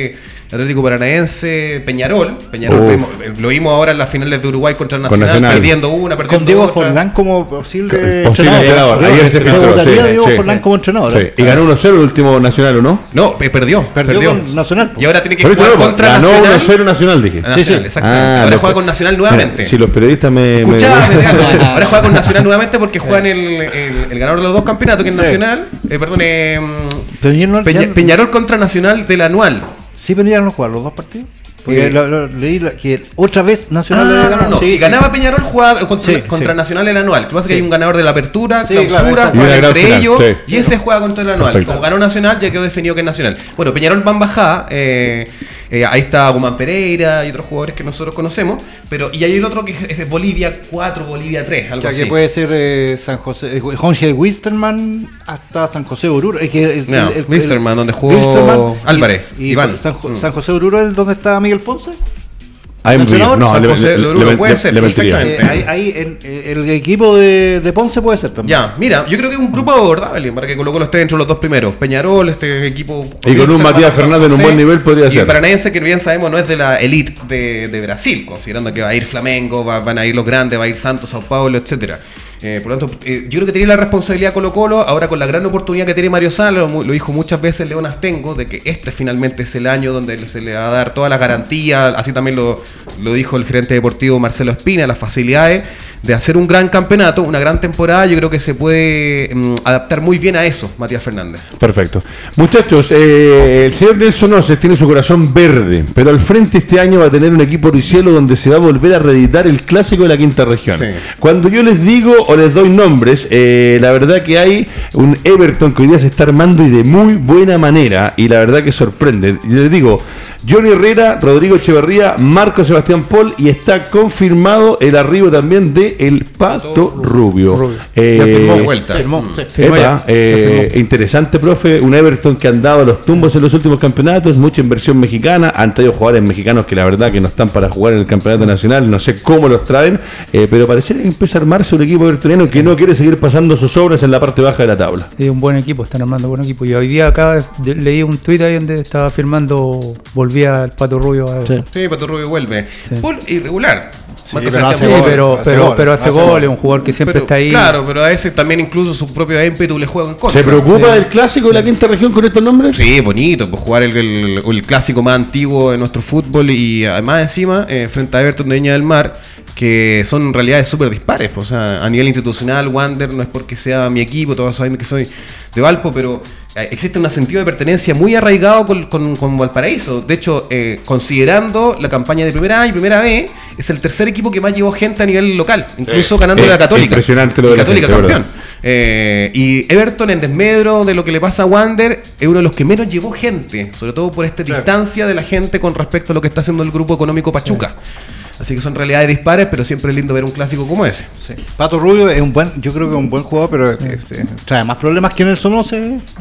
Atlético Paranaense, Peñarol. Peñarol Uf. vimos- lo vimos ahora en las finales de Uruguay contra el Con Nacional, Nacional. perdiendo una, perdiendo Con Diego otra. Forlán como posible Posible entrenador. entrenador. Creo Ayer que se me filtró, gustaría sí, Diego sí. Forlán como entrenador. Sí. ¿eh? Y ganó uno cero el último Nacional, ¿o no? No, pe- perdió, Perdió perdió. con Nacional. Y ahora tiene que Por eso, jugar no, contra ganó Nacional. uno cero Nacional, dije. Nacional, Sí, sí. exactamente. Ah, ahora lo- juega con Nacional nuevamente. Mira, si los periodistas me... me- Escuchame, Edgardo. Ahora juega con Nacional nuevamente porque juegan el, el, el ganador de los dos campeonatos, que es Sí. Nacional. Eh, perdón, eh, Peñarol, Peña- ya- Peñarol contra Nacional del anual. ¿Sí Peñarol no jugar los dos partidos? Porque Eh. lo- lo- leí la- que otra vez Nacional le Ah, había no, ganado. no, Sí, si sí. ganaba Peñarol jugaba contra, Sí, contra sí. Nacional el anual. Lo que pasa es que Sí. hay un ganador de la apertura, Sí, claro, clausura, exacto. Y una juegan gran entre final, ellos sí. y ese juega contra el anual. Perfecto. Como ganó Nacional ya quedó definido que es Nacional. Bueno, Peñarol va en bajada, eh, eh, ahí está Guzmán Pereira y otros jugadores que nosotros conocemos, pero y hay el otro que es Bolivia cuatro, Bolivia tres, algo Ya así. que puede ser eh, San José, eh, Jorge Wisterman hasta San José Oruro. Es que el, No, el- el- Wisterman, donde jugó Wisterman y- Álvarez, y, Iván. San, Jo- Mm. San José Oruro es donde está Miguel Ponce. Ah, en ¿Entrenador? Río. No, San le, José le- de Oruro le- puede le- ser, le mentiría. perfectamente. Eh, ahí, ahí en, eh, el equipo de, de Ponce puede ser también. Ya, mira, yo creo que es un grupo abordable para que Colo Colo esté dentro de los dos primeros. Peñarol, este equipo. Y con un Matías Fernández en un buen nivel podría y ser. el Paranaense, que bien sabemos, no es de la elite de, de Brasil, considerando que va a ir Flamengo, va- van a ir los grandes, va a ir Santos, Sao Paulo, etcétera. Eh, por lo tanto, eh, yo creo que tenía la responsabilidad Colo Colo, ahora con la gran oportunidad que tiene Mario Sala, lo, mu- lo dijo muchas veces León Astengo, de que este finalmente es el año donde se le va a dar todas las garantías, así también lo, lo dijo el gerente deportivo Marcelo Espina, las facilidades de hacer un gran campeonato, una gran temporada. Yo creo que se puede mm, adaptar muy bien a eso, Matías Fernández. Perfecto. Muchachos, eh, el señor Nelson Oces tiene su corazón verde, pero al frente este año va a tener un equipo Oricielo donde se va a volver a reeditar el clásico de la quinta región. Sí. Cuando yo les digo o les doy nombres, eh, la verdad que hay un Everton que hoy día se está armando y de muy buena manera, y la verdad que sorprende. Y les digo, Johnny Herrera, Rodrigo Echeverría, Marco Sebastián Paul, y está confirmado el arribo también de el Pato Rubio. Rubio. Eh, Ya firmó. De vuelta. Firmó, Mm. sí. Firmó Epa, ya. eh, Ya firmó. interesante, profe. Un Everton que han dado los tumbos en los últimos campeonatos, mucha inversión mexicana. Han traído jugadores mexicanos que la verdad que no están para jugar en el campeonato nacional. No sé cómo los traen, eh, pero pareciera que empieza a armarse un equipo evertoniano que no quiere seguir pasando sus obras en la parte baja de la tabla. Sí, un buen equipo, están armando buen equipo. Y hoy día acá de- leí un tuit ahí donde estaba firmando, volvía el Pato Rubio a Sí. Sí, Pato Rubio vuelve. Sí. Paul irregular. Marco pero Sebastián hace Sí, Paul. gol, pero, hace pero, gol, pero hace hace gol, gol. es un jugador que siempre Pero, está ahí. Claro, pero a veces también incluso su propio ímpetu le juega en contra. ¿Se preocupa Sí. del clásico de la quinta región con estos nombres? Sí, bonito, pues jugar el, el- el clásico más antiguo de nuestro fútbol y además encima eh, frente a Everton de Viña del Mar, que son realidades súper dispares. Pues, o sea, a nivel institucional, Wander no es porque sea mi equipo, todos saben que soy de Valpo, pero eh, existe un sentido de pertenencia muy arraigado con, con- con Valparaíso. De hecho, eh, considerando la campaña de primera A y primera B, es el tercer equipo que más llevó gente a nivel local, incluso ganando Eh, la Católica. impresionante lo de Y la Católica gente, campeón. ¿verdad? Eh, y Everton, en desmedro de lo que le pasa a Wander, es uno de los que menos llevó gente, sobre todo por esta distancia de la gente con respecto a lo que está haciendo el grupo económico Pachuca. Así que son realidades dispares, pero siempre es lindo ver un clásico como ese. Sí. Pato Rubio es un buen, yo creo que es un buen jugador, pero este, trae más problemas que Nelson Oce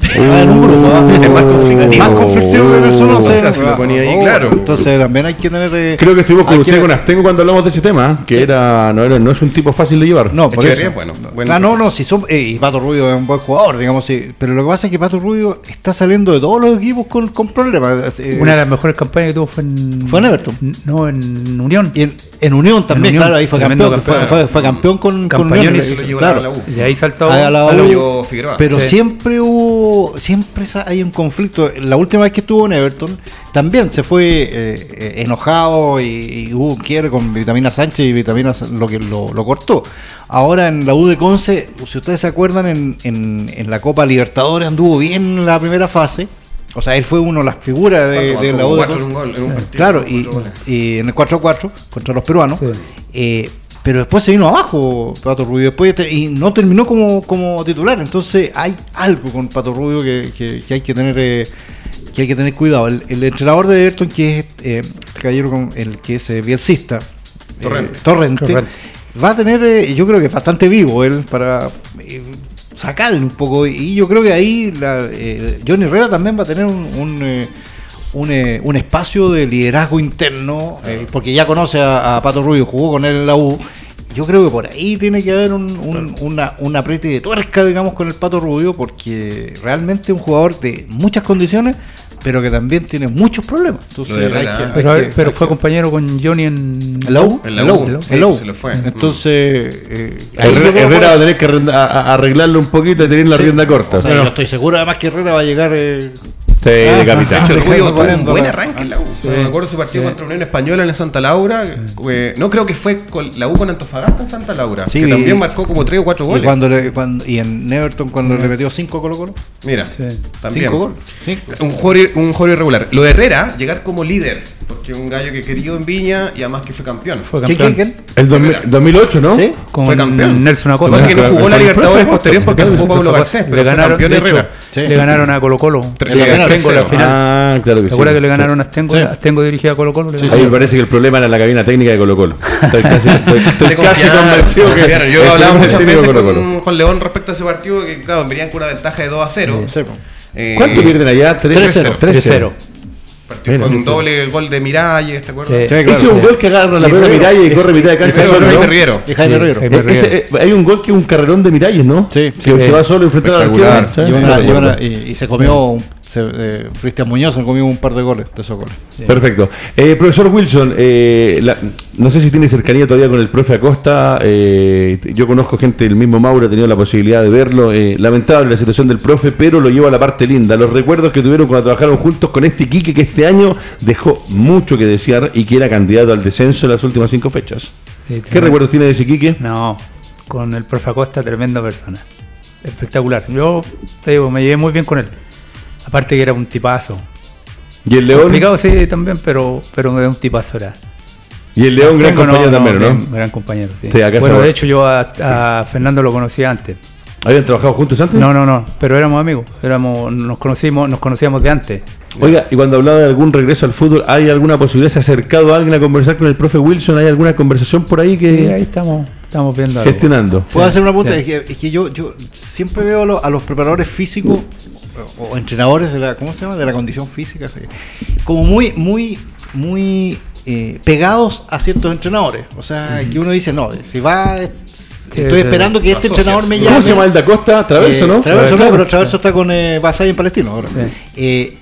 en un grupo. ¿ah? Es más conflictivo. Es más conflictivo que Nelson Oce. O sea, si lo ponía ahí, claro. Entonces también hay que tener. eh, Creo que estuvimos con hay usted que- con Astengo cuando hablamos de ese tema, ¿eh? que era, no era no es un tipo fácil de llevar. No, por Echeverría, eso. bueno, buen- Ah, no, no, si son, eh, y Pato Rubio es un buen jugador, digamos, sí, pero lo que pasa es que Pato Rubio está saliendo de todos los equipos con, con problemas. eh, Una de las mejores campañas que tuvo fue en. ¿Fue en Everton? N- No, en Unión. y en, en Unión también, Unión, claro, ahí fue tremendo campeón, fue, campeón. fue, fue campeón con, con Campañón Unión. y eh, se lo llevó claro. a la U. Y ahí saltó A la a la U. U. Yo, Figueroa. Pero Sí. siempre hubo, siempre esa- hay un conflicto. La última vez que estuvo en Everton, también se fue eh, eh, enojado y, y hubo un quiebre con Vitamina Sánchez y Vitamina Sa- lo que lo, lo cortó. Ahora en la U de Conce, si ustedes se acuerdan, en, en, en la Copa Libertadores anduvo bien en la primera fase. O sea, él fue uno de las figuras de, ¿Cuánto de la marcó? U de Cuatro en Conce. un gol, en un partido, Claro, y, cuatro goles. y en el cuatro a cuatro contra los peruanos. Sí. Eh, pero después se vino abajo Pato Rubio después te- y no terminó como, como titular. Entonces hay algo con Pato Rubio que, que- que hay que tener eh, que hay que tener cuidado. El, el entrenador de Everton, que es eh, este caballero con el que es eh, bielcista, eh, Torrente. Torrente, Torrente. va a tener, eh, yo creo que es bastante vivo él para eh, sacarle un poco. Y yo creo que ahí la, eh, Johnny Herrera también va a tener un, un, eh, un, eh, un espacio de liderazgo interno, eh, porque ya conoce a, a Pato Rubio, jugó con él en la U. Yo creo que por ahí tiene que haber un, un, una, un apriete de tuerca, digamos, con el Pato Rubio, porque realmente es un jugador de muchas condiciones, pero que también tiene muchos problemas. Entonces, Lo de hay Herrera, que- ¿eh? hay Pero, que- pero hay fue que- compañero con Johnny en ¿En la U? En la En la U, U, sí, en la U. se le fue. Entonces, eh, ahí yo Herrera, creo que- Herrera va a tener que arrenda- a- a- arreglarlo un poquito y tener la Sí. rienda corta. O sea, yo estoy seguro además que Herrera va a llegar eh, Sí, de capitán. De hecho, el Dejemos Rubio tuvo un poniendo buen la- arranque en la U. O sea, me acuerdo ese partido Sí. contra Unión Española en Santa Laura. eh, no creo que fue con la U con Antofagasta en Santa Laura. Sí, que y- también marcó como tres o cuatro y, goles. cuando le, cuando, y en Everton cuando le metió cinco Colo Colo. Mira, Sí. también. Cinco goles. Cinco. Un jugador, un jugador irregular. Lo de Herrera, llegar como líder. Porque es un gallo que querido en Viña y además que fue campeón. Fue ¿Quién, campeón. quién, quién? El dos mil- dos mil ocho, ¿no? ¿Sí? Con Fue campeón. Nelson Lo que Acosta. pasa es que no jugó la Con el Libertadores profe posterior Acosta, porque sí, jugó Pablo claro, Garcés. Pero le fue ganaron, campeón de hecho, Herrera. Sí. le ganaron a Colo Colo. Tre- Le eh, ganaron tres Astengo la cero. final. Ah, claro que ¿Te sí. acuerdas que le ganaron a Astengo? Sí. Astengo dirigía a Colo Colo. le Sí, A ganaron. mí me parece que el problema era la cabina técnica de Colo Colo. Estoy casi, estoy, estoy Se casi confiaron, convencido se que... confiaron. Yo el he hablado problema muchas técnico veces de Colo-Colo. con, con León respecto a ese partido que, claro, venían con una ventaja de dos a cero. Sí, po. Eh, ¿Cuánto pierden allá? tres cero. tres cero. partido Mira, con un sí. doble gol de Miralles, ¿te acuerdas? Sí. Sí, claro. Ese es un gol que agarra la pelota de Miralles y corre mitad de cancha Pero solo, Jaime ¿no? Riero. Y Jaime Sí, Riero. Jaime Eh, Riero. ese, eh, hay un gol que es un carrerón de Miralles, ¿no? Sí, Que sí. se va solo a enfrentar al Espectacular. arquero. Y, ¿sí? una- No y recuerdo. una- y- y se comió, un- se, eh, Cristian Muñoz se comió un par de goles de esos goles. Perfecto. Eh, profesor Wilson, eh, la- no sé si tiene cercanía todavía con el profe Acosta. eh, yo conozco gente, el mismo Mauro ha tenido la posibilidad de verlo. eh, lamentable la situación del profe, pero lo llevo a la parte linda. Los recuerdos que tuvieron cuando trabajaron juntos con este Quique, que este año dejó mucho que desear y que era candidato al descenso en las últimas cinco fechas. Sí, ¿Qué tremendo. recuerdos tiene de ese Quique? No, con el profe Acosta, tremenda persona. Espectacular. Yo te digo, me llevé muy bien con él. Aparte que era un tipazo. Y el León. Complicado sí también, pero, pero era un tipazo era. Y el León, gran Tengo, compañero no, también, ¿no? Gran, gran compañero, sí. Sí, acá bueno, se va. de hecho yo a, a Fernando lo conocía antes. ¿Habían trabajado juntos antes? No, no, no, pero éramos amigos. Éramos, nos conocimos, nos conocíamos de antes. Oiga, y cuando hablaba de algún regreso al fútbol, ¿hay alguna posibilidad? ¿Se ha acercado alguien a conversar con el profe Wilson? ¿Hay alguna conversación por ahí que Sí, ahí estamos, estamos viendo algo. gestionando? ¿Puedo Sí, hacer una pregunta? sí. Es que, es que yo, yo siempre veo a, lo- a los preparadores físicos o, o entrenadores de la, ¿cómo se llama? De la condición física, sí, como muy, muy, muy eh, pegados a ciertos entrenadores. O sea, que uno dice, no, si va, eh, Sí, estoy sí, esperando que lo este asocias. entrenador me ¿Cómo llame. ¿Cómo se llama el da Costa? Traverso, Eh, ¿no? Traverso no, Traverso. pero Traverso está con eh, Basay en Palestino ahora. Sí. Eh,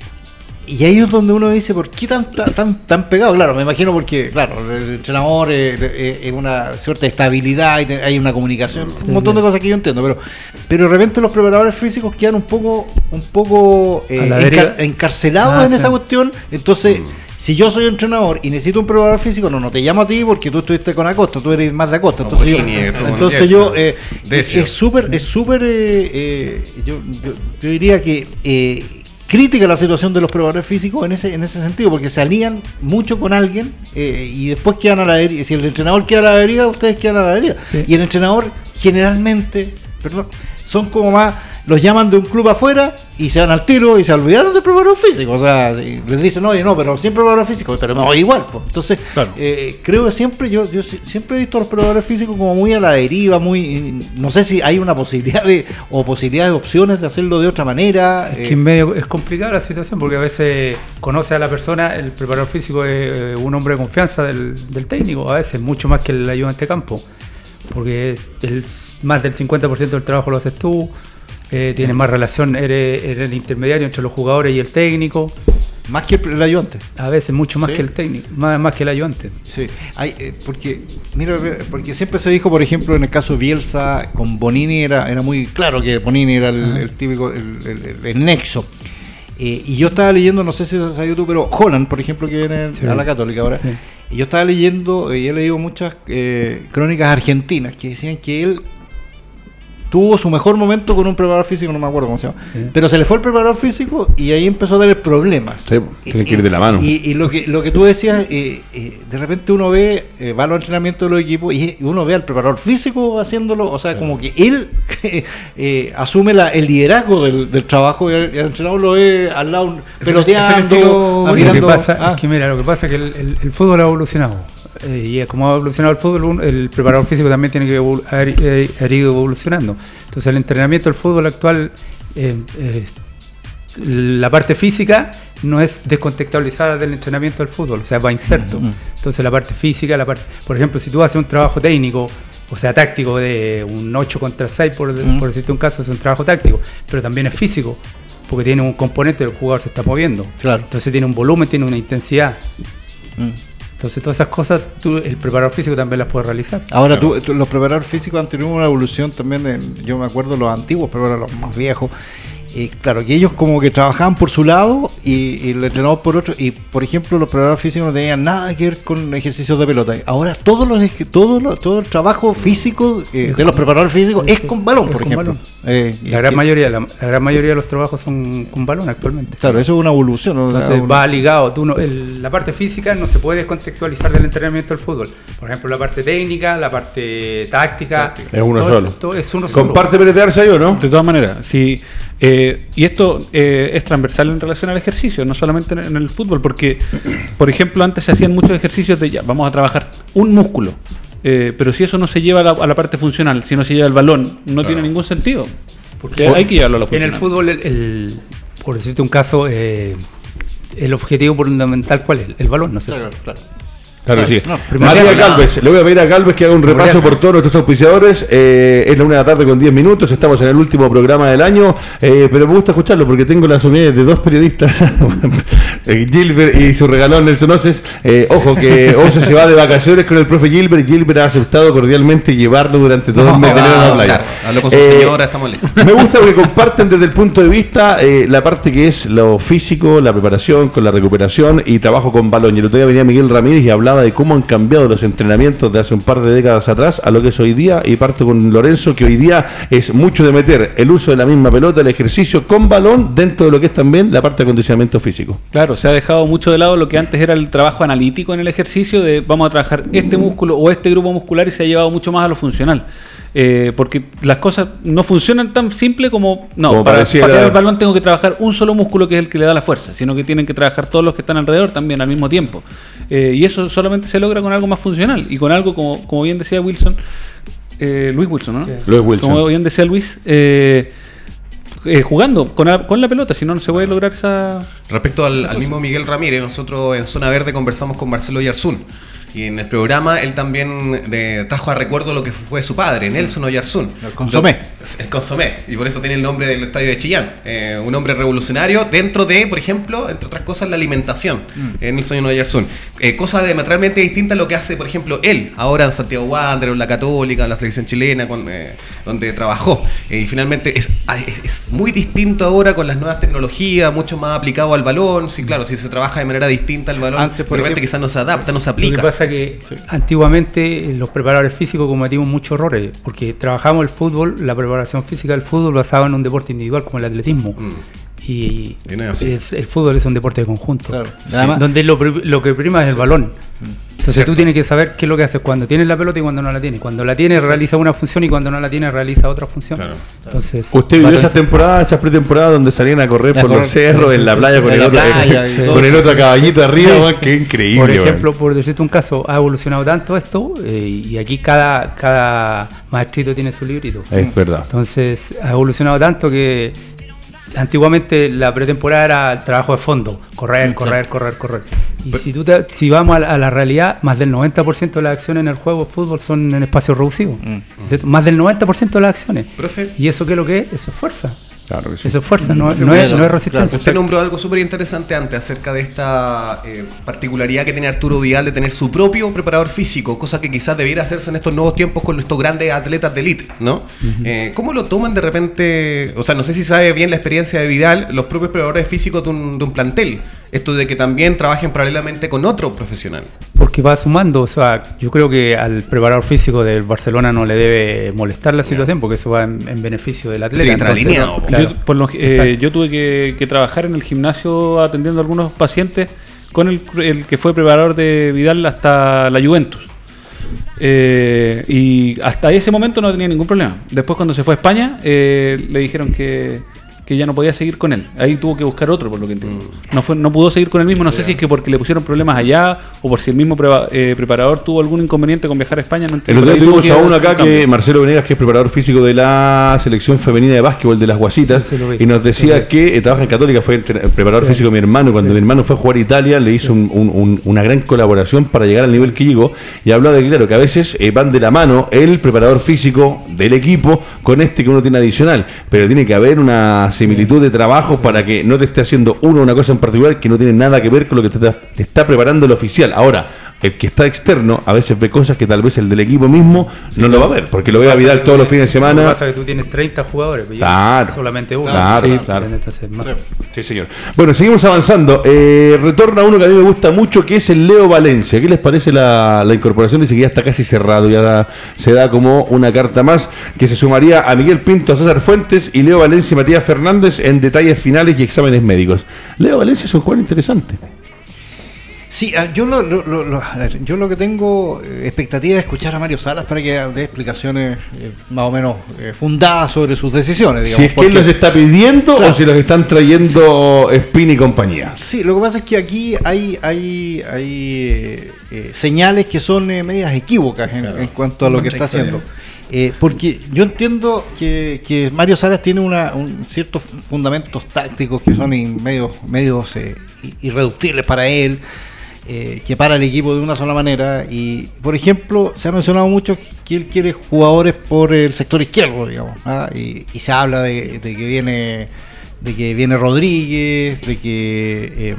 y ahí es donde uno dice, ¿por qué tan tan tan, tan pegado? Claro, me imagino porque, claro, el entrenador es eh, eh, una cierta estabilidad, y te- hay una comunicación, un montón de cosas que yo entiendo, pero pero de repente los preparadores físicos quedan un poco un poco eh, A la encar- deriva. encarcelados Ah, en sí. esa cuestión. Entonces, si yo soy entrenador y necesito un preparador físico, no, no te llamo a ti porque tú estuviste con Acosta, tú eres más de Acosta. O Entonces, Bolini, yo, estuvo con entonces yo, Bielsa. eh, Decio. es súper, es súper, eh, eh, yo, yo, yo diría que eh, crítica la situación de los preparadores físicos en ese en ese sentido, porque se alían mucho con alguien eh, y después quedan a la deriva. Si el entrenador queda a la deriva, ustedes quedan a la deriva. Sí. Y el entrenador generalmente, perdón, son como más, los llaman de un club afuera y se van al tiro y se olvidaron del preparador físico. O sea, y les dicen, oye, no, pero siempre preparador físico, pero me voy igual. Pues. Entonces, Claro. eh, creo que siempre, yo, yo si- siempre he visto a los preparadores físicos como muy a la deriva, muy, no sé si hay una posibilidad de, o posibilidades, opciones de hacerlo de otra manera. Es eh, que en medio es complicada la situación porque a veces conoce a la persona, el preparador físico es eh, un hombre de confianza del, del técnico, a veces mucho más que el ayudante de campo, porque el, más del cincuenta por ciento del trabajo lo haces tú, eh, tienes más relación, eres, eres el intermediario entre los jugadores y el técnico, más que el, el ayudante. a veces mucho más Sí. que el técnico, más, más que el ayudante. Sí, hay, eh, porque mira, porque siempre se dijo, por ejemplo, en el caso de Bielsa con Bonini era, era muy claro que Bonini era el, el típico, el, el- el- el nexo. Eh, y yo estaba leyendo, no sé si es a YouTube, pero Holland, por ejemplo, que viene Sí. a la Católica ahora, Sí. y yo estaba leyendo, y he leído muchas eh, crónicas argentinas que decían que él tuvo su mejor momento con un preparador físico, no me acuerdo cómo se llama, Sí. pero se le fue el preparador físico y ahí empezó a tener problemas. Sí, tiene que ir de la mano. Y, y lo que lo que tú decías, eh, eh, de repente uno ve, eh, va a los entrenamientos de los equipos y uno ve al preparador físico haciéndolo, o sea, como que él eh, asume la, el liderazgo del, del trabajo y el, el entrenador lo ve al lado es el peloteando, estilo ah, Lo que mirando, pasa ah. es que mira, lo que pasa es que el, el- el fútbol ha evolucionado. Eh, y como ha evolucionado el fútbol, un- el preparador físico también tiene que evol- haber, eh, haber ido evolucionando. Entonces el entrenamiento del fútbol actual, eh, eh, la parte física no es descontextualizada del entrenamiento del fútbol, o sea, va inserto. Mm. Entonces la parte física, la parte, por ejemplo, si tú haces un trabajo técnico, o sea, táctico de un ocho contra seis, por, Mm. por decirte un caso, es un trabajo táctico, pero también es físico. porque tiene un componente del jugador se está moviendo. Claro. Entonces tiene un volumen, tiene una intensidad. Mm. Entonces todas esas cosas tú, el preparador físico también las puede realizar. Ahora, tú, tú- los preparadores físicos han tenido una evolución también, en- yo me acuerdo los antiguos, pero ahora los más viejos. Y claro, que ellos como que trabajaban por su lado y, y el entrenador por otro. Y por ejemplo, los preparadores físicos no tenían nada que ver con ejercicios de pelota. Ahora todos los ej- todo, lo- todo el trabajo físico eh, de los preparadores físicos es con balón, Es por con ejemplo. balón. Eh, y La gran que- mayoría, la, la gran mayoría de los trabajos son con balón actualmente. Claro, eso es una evolución. ¿no? Entonces Una- va ligado, tú no- el- la parte física no se puede descontextualizar del entrenamiento del fútbol. Por ejemplo, la parte técnica, la parte táctica. Es uno todo- solo. todo es uno solo. ¿Comparte Pérez de Arce ahí o no? De todas maneras, sí. Eh, y esto eh, es transversal en relación al ejercicio, no solamente en, en el fútbol, porque, por ejemplo, antes se hacían muchos ejercicios de ya, vamos a trabajar un músculo, eh, pero si eso no se lleva a la, a la parte funcional, si no se lleva el balón, no tiene ningún sentido, porque hay que llevarlo a la En funcional. el fútbol, el, el- por decirte un caso, eh, el objetivo fundamental, ¿cuál es? El balón, ¿no es cierto? Claro, claro. Claro que sí. No, María primordial. Galvez, le voy a pedir a Galvez que haga un repaso por todos nuestros auspiciadores. Eh, es la una de la tarde con diez minutos, estamos en el último programa del año, eh, pero me gusta escucharlo porque tengo las opiniones de dos periodistas, eh, Gilbert y su regalón Nelson Oces. Eh, ojo que Oces se va de vacaciones con el profe Gilbert y Gilbert ha aceptado cordialmente llevarlo durante todo el mes de enero a la playa. Claro, habló con su Eh, señora, estamos listos. Me gusta porque comparten desde el punto de vista eh, la parte que es lo físico, la preparación con la recuperación y trabajo con balón. Y el otro día venía Miguel Ramírez y hablaba de cómo han cambiado los entrenamientos de hace un par de décadas atrás a lo que es hoy día. Y parto con Lorenzo, que hoy día es mucho de meter el uso de la misma pelota, el ejercicio con balón dentro de lo que es también la parte de acondicionamiento físico. Claro, se ha dejado mucho de lado lo que antes era el trabajo analítico en el ejercicio, de vamos a trabajar este músculo o este grupo muscular, y se ha llevado mucho más a lo funcional. Eh, porque las cosas no funcionan tan simple como, no, Como para pareciera- patear el balón tengo que trabajar un solo músculo que es el que le da la fuerza, sino que tienen que trabajar todos los que están alrededor también al mismo tiempo. Eh, y eso solamente se logra con algo más funcional y con algo, como, como bien decía Wilson, eh, Luis Wilson, ¿no? Sí. Luis Wilson. Como bien decía Luis, eh, eh, jugando con la, con la pelota, si no, no se puede lograr esa... Respecto al, al mismo Miguel Ramírez, nosotros en Zona Verde conversamos con Marcelo Oyarzún. Y en el programa él también eh, trajo a recuerdo lo que fue su padre, Nelson Oyarzún. El consomé. El consomé. Y por eso tiene el nombre del estadio de Chillán. Eh, un hombre revolucionario dentro de, por ejemplo, entre otras cosas, la alimentación. Eh, Nelson Oyarzún. Eh, cosa diametralmente distinta a lo que hace, por ejemplo, él, ahora en Santiago Wanderers, en la Católica, en la selección chilena, con, eh, donde trabajó. Eh, y finalmente es, es, es muy distinto ahora con las nuevas tecnologías, mucho más aplicado al balón. Sí, claro, si se trabaja de manera distinta al balón, Antes, por de repente ejemplo- quizás no se adapta, no se Lo que aplica. pasa es que antiguamente eh, los preparadores físicos cometimos muchos errores, porque trabajamos el fútbol, la preparación física del fútbol basada en un deporte individual como el atletismo. Mm. Y Y no es así. es- el fútbol es un deporte de conjunto, Claro. Sí. Además- donde lo, pri- lo que prima es el balón. Entonces tú tienes que saber qué es lo que haces cuando tienes la pelota y cuando no la tienes. Cuando la tienes realiza una función y cuando no la tienes realiza otra función. Claro. Entonces, ¿Usted vivió va esas temporadas, esas pretemporadas donde salían a correr A por correr. los cerros, en la playa con En el la otro, playa y todo con el eso. otro caballito arriba? Sí. Man, qué increíble. Por man. ejemplo, por decirte un caso, ha evolucionado tanto esto eh, y aquí cada, cada maestrito tiene su librito. Es verdad. Entonces ha evolucionado tanto que antiguamente la pretemporada era el trabajo de fondo, correr, correr, correr, correr. Y si, tú te- si vamos a la, a la realidad, más del noventa por ciento de las acciones en el juego de fútbol son en espacios reducidos. ¿Cierto? Más del noventa por ciento de las acciones. Profe. ¿Y eso qué es lo que es? Eso es fuerza. Claro que sí. Eso es fuerza, no, Profe, no es, bueno, no es resistencia. Usted nombró algo súper interesante antes acerca de esta eh, particularidad que tiene Arturo Vidal de tener su propio preparador físico, cosa que quizás debiera hacerse en estos nuevos tiempos con estos grandes atletas de élite, ¿no? Eh, ¿Cómo lo toman de repente? O sea, no sé si sabe bien la experiencia de Vidal, los propios preparadores físicos de un, de un plantel. Esto de que también trabajen paralelamente con otro profesional. Porque va sumando, o sea, yo creo que al preparador físico del Barcelona no le debe molestar la situación, porque eso va en, en beneficio del atleta. Tiene que estar Entonces, alineado, claro, Yo, por lo- eh, exacto. yo tuve que, que trabajar en el gimnasio atendiendo a algunos pacientes con el, el que fue preparador de Vidal hasta la Juventus. Eh, y hasta ese momento no tenía ningún problema. Después, cuando se fue a España, eh, le dijeron que, que ya no podía seguir con él. Ahí tuvo que buscar otro, por lo que entiendo. No fue, no pudo seguir con el mismo. No sé si es que porque le pusieron problemas allá o por si el mismo preva- eh, preparador tuvo algún inconveniente con viajar a España. No El entiendo. otro día Pero ahí tuvimos tuvo a que uno hacer acá, un que cambio. Marcelo Venegas, que es preparador físico de la selección femenina de básquetbol de las Guasitas, Sí, sí lo vi. y nos decía Sí, sí. que eh, trabaja en Católica, fue entre- preparador Sí. físico de mi hermano. Cuando mi hermano fue a jugar a Italia, le hizo un- un- un- una gran colaboración para llegar al nivel que llegó, y hablaba de que, claro, que a veces eh, van de la mano el preparador físico del equipo con este que uno tiene adicional, pero tiene que haber una similitud de trabajos para que no te esté haciendo uno una cosa en particular que no tiene nada que ver con lo que te está, te está preparando el oficial. Ahora, el que está externo a veces ve cosas que tal vez el del equipo mismo sí, no lo va a ver, porque lo ve a Vidal todos los fines de semana. Lo que pasa es que tú tienes treinta jugadores, pero claro, solamente uno. Claro, sí, claro. Más. Sí, señor. Bueno, seguimos avanzando. Eh, retorna uno que a mí me gusta mucho, que es el Leo Valencia. ¿Qué les parece la, la incorporación? Dice que ya está casi cerrado, ya da, se da como una carta más, que se sumaría a Miguel Pinto, a César Fuentes y Leo Valencia y Matías Fernández en detalles finales y exámenes médicos. Leo Valencia es un jugador interesante. Sí, yo lo, lo, lo, lo, a ver, yo lo que tengo eh, expectativa es escuchar a Mario Salas para que dé explicaciones eh, más o menos eh, fundadas sobre sus decisiones, digamos. Si es que él los está pidiendo, claro, o si los están trayendo Spin y compañía. Sí, lo que pasa es que aquí hay hay hay eh, eh, señales que son eh, medias equívocas en, claro, en cuanto a lo que está haciendo. Eh, porque yo entiendo que, que Mario Salas tiene una, un ciertos fundamentos tácticos que son in, medios, medios eh, irreductibles para él. Eh, que para el equipo de una sola manera, y por ejemplo se ha mencionado mucho que él quiere jugadores por el sector izquierdo, digamos, ¿ah? y, y se habla de, de que viene de que viene Rodríguez, de que eh,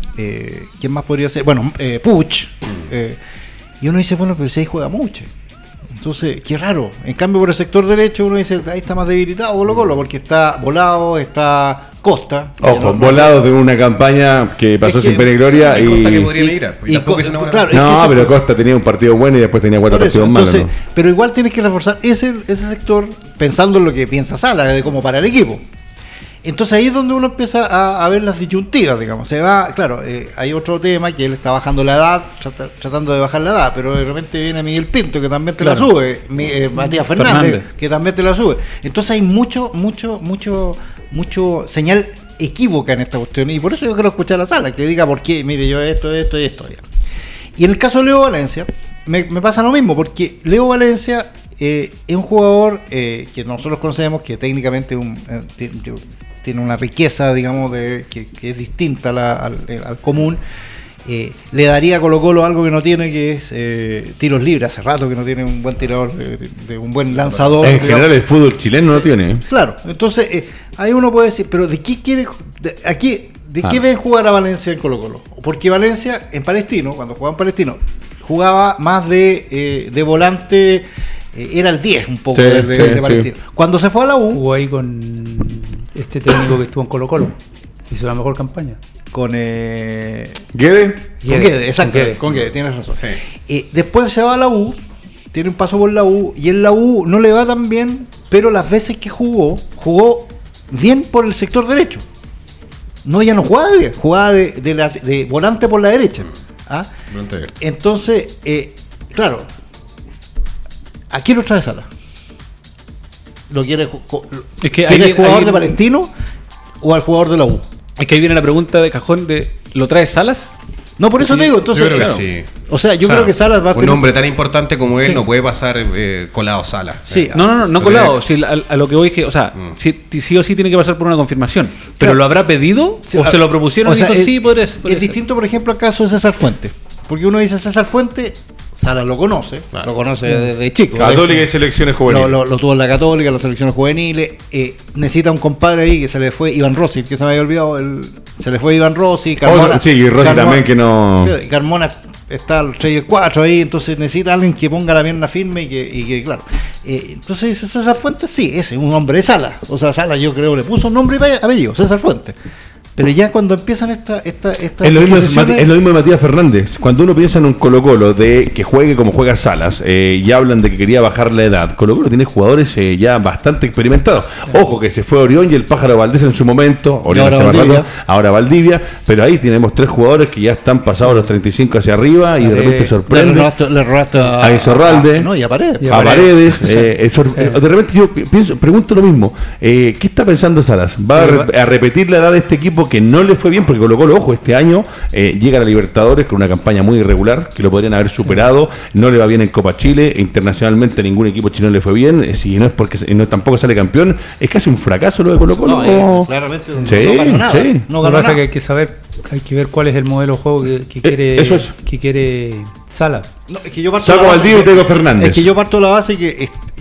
eh, ¿quién más podría ser? Bueno, eh, Puch, eh, y uno dice, bueno, pero si ahí juega mucho. Entonces, qué raro. En cambio, por el sector derecho uno dice, ahí está más debilitado Colo Colo, porque está Volado, está Costa. Ojo, no, Volado de una campaña que pasó es que, sin pena y gloria. Y Costa que podría migrar. Y, y Co- es una claro, no, es que pero fue... Costa tenía un partido bueno y después tenía cuatro eso, partidos malos. ¿No? Pero igual tienes que reforzar ese, ese sector pensando en lo que piensa Sala, de cómo para el equipo. Entonces ahí es donde uno empieza a, a ver las disyuntivas, digamos. Se va, claro, eh, hay otro tema que él está bajando la edad, trata, tratando de bajar la edad, pero de repente viene Miguel Pinto, que también te claro. la sube, mi, eh, Matías Fernández, Fernández, que también te la sube. Entonces hay mucho, mucho, mucho, mucho señal equívoca en esta cuestión, y por eso yo quiero escuchar a Sala, que diga por qué, mire, yo esto, esto y esto. Ya. Y en el caso de Leo Valencia, me, me pasa lo mismo, porque Leo Valencia eh, es un jugador eh, que nosotros conocemos, que técnicamente un, eh, tiene, tiene una riqueza, digamos, de, que, que es distinta a la, al, al común. Eh, le daría a Colo Colo algo que no tiene, que es eh, tiros libres. Hace rato que no tiene un buen tirador, de, de, de un buen lanzador. En digamos. general el fútbol chileno no tiene. ¿eh? Claro, entonces eh, ahí uno puede decir, pero ¿de qué quiere, de, aquí, de ah. qué ven jugar a Valencia en Colo Colo? Porque Valencia en Palestino, cuando jugaba en Palestino, jugaba más de, eh, de volante, eh, era el diez un poco sí, de, de, sí, de Palestino. Sí. Cuando se fue a la U, jugó ahí con este técnico que estuvo en Colo Colo, hizo la mejor campaña. Con eh, Guede, con Guede, exacto, con Guede, con Guede, tienes razón. Sí. Eh, después se va a la U, tiene un paso por la U, y en la U no le va tan bien, pero las veces que jugó, jugó bien por el sector derecho. No, ya no jugaba bien, jugaba de, de, la, de volante por la derecha. ¿Ah? Entonces, eh, claro, ¿a quién lo trae Sala? ¿Lo quiere, es que ¿quiere hay, el jugador hay, de Palestino o al jugador de la U? Es que ahí viene la pregunta de cajón de ¿lo trae Salas? No, por eso sí, te digo, entonces. Yo creo claro. que sí. O sea, yo o sea, creo que Salas va a tener. Un hombre tan importante como él sí. no puede pasar eh, colado Salas. Sí. No, no, no, no colado. Si, a, a lo que voy es que, o sea, mm. si, sí o sí tiene que pasar por una confirmación. ¿Pero claro. lo habrá pedido? Sí, ¿O a, se lo propusieron o sea, y dijo es, sí, podría ser? Es distinto, por ejemplo, al caso de César Fuentes. Porque uno dice César Fuentes. Sala lo conoce, claro. lo conoce desde chico. Católica y selecciones juveniles. Lo, lo, lo tuvo en la Católica, las selecciones juveniles. Eh, necesita un compadre ahí que se le fue, Iván Rossi, que se me había olvidado. El, se le fue Iván Rossi, Carmona. Oh, sí, y Rossi Carmona, también que no. Sí, Carmona está el tres y el cuatro ahí, entonces necesita alguien que ponga la pierna firme y que, y que claro. Eh, entonces César Fuentes, sí, ese es un hombre de Sala. O sea, Sala yo creo le puso nombre y apellido, César Fuentes. Pero ya cuando empiezan esta, esta, esta es, lo mismo, es lo mismo de Matías Fernández. Cuando uno piensa en un Colo Colo de que juegue como juega Salas, eh, y hablan de que quería bajar la edad, Colo Colo tiene jugadores eh, ya bastante experimentados. Ojo que se fue Orión y el Pájaro Valdés en su momento, Orión ahora, Valdivia. Rato, ahora Valdivia, pero ahí tenemos tres jugadores que ya están pasados los treinta y cinco hacia arriba y de repente sorprende. Le robaste a, a Insorralde, a, no, y a Paredes. A Paredes. eh, sor, eh, de repente yo pienso, pregunto lo mismo. Eh, ¿Qué está pensando Salas? ¿Va a, re, a repetir la edad de este equipo que no le fue bien? Porque Colo Colo, ojo, este año eh, llega a la Libertadores con una campaña muy irregular, que lo podrían haber superado, no le va bien en Copa Chile, internacionalmente ningún equipo chileno le fue bien, eh, si no es porque no, tampoco sale campeón, es casi un fracaso lo de Colo Colo. No, eh, claramente no, sí, no ganó nada. Sí. No ganó Lo que pasa es que hay que saber, hay que ver cuál es el modelo de juego que, que quiere, eh, eso es. que quiere Sala. No, es que yo parto Saco Valdivia y tengo Fernández. Es que yo parto de la base que,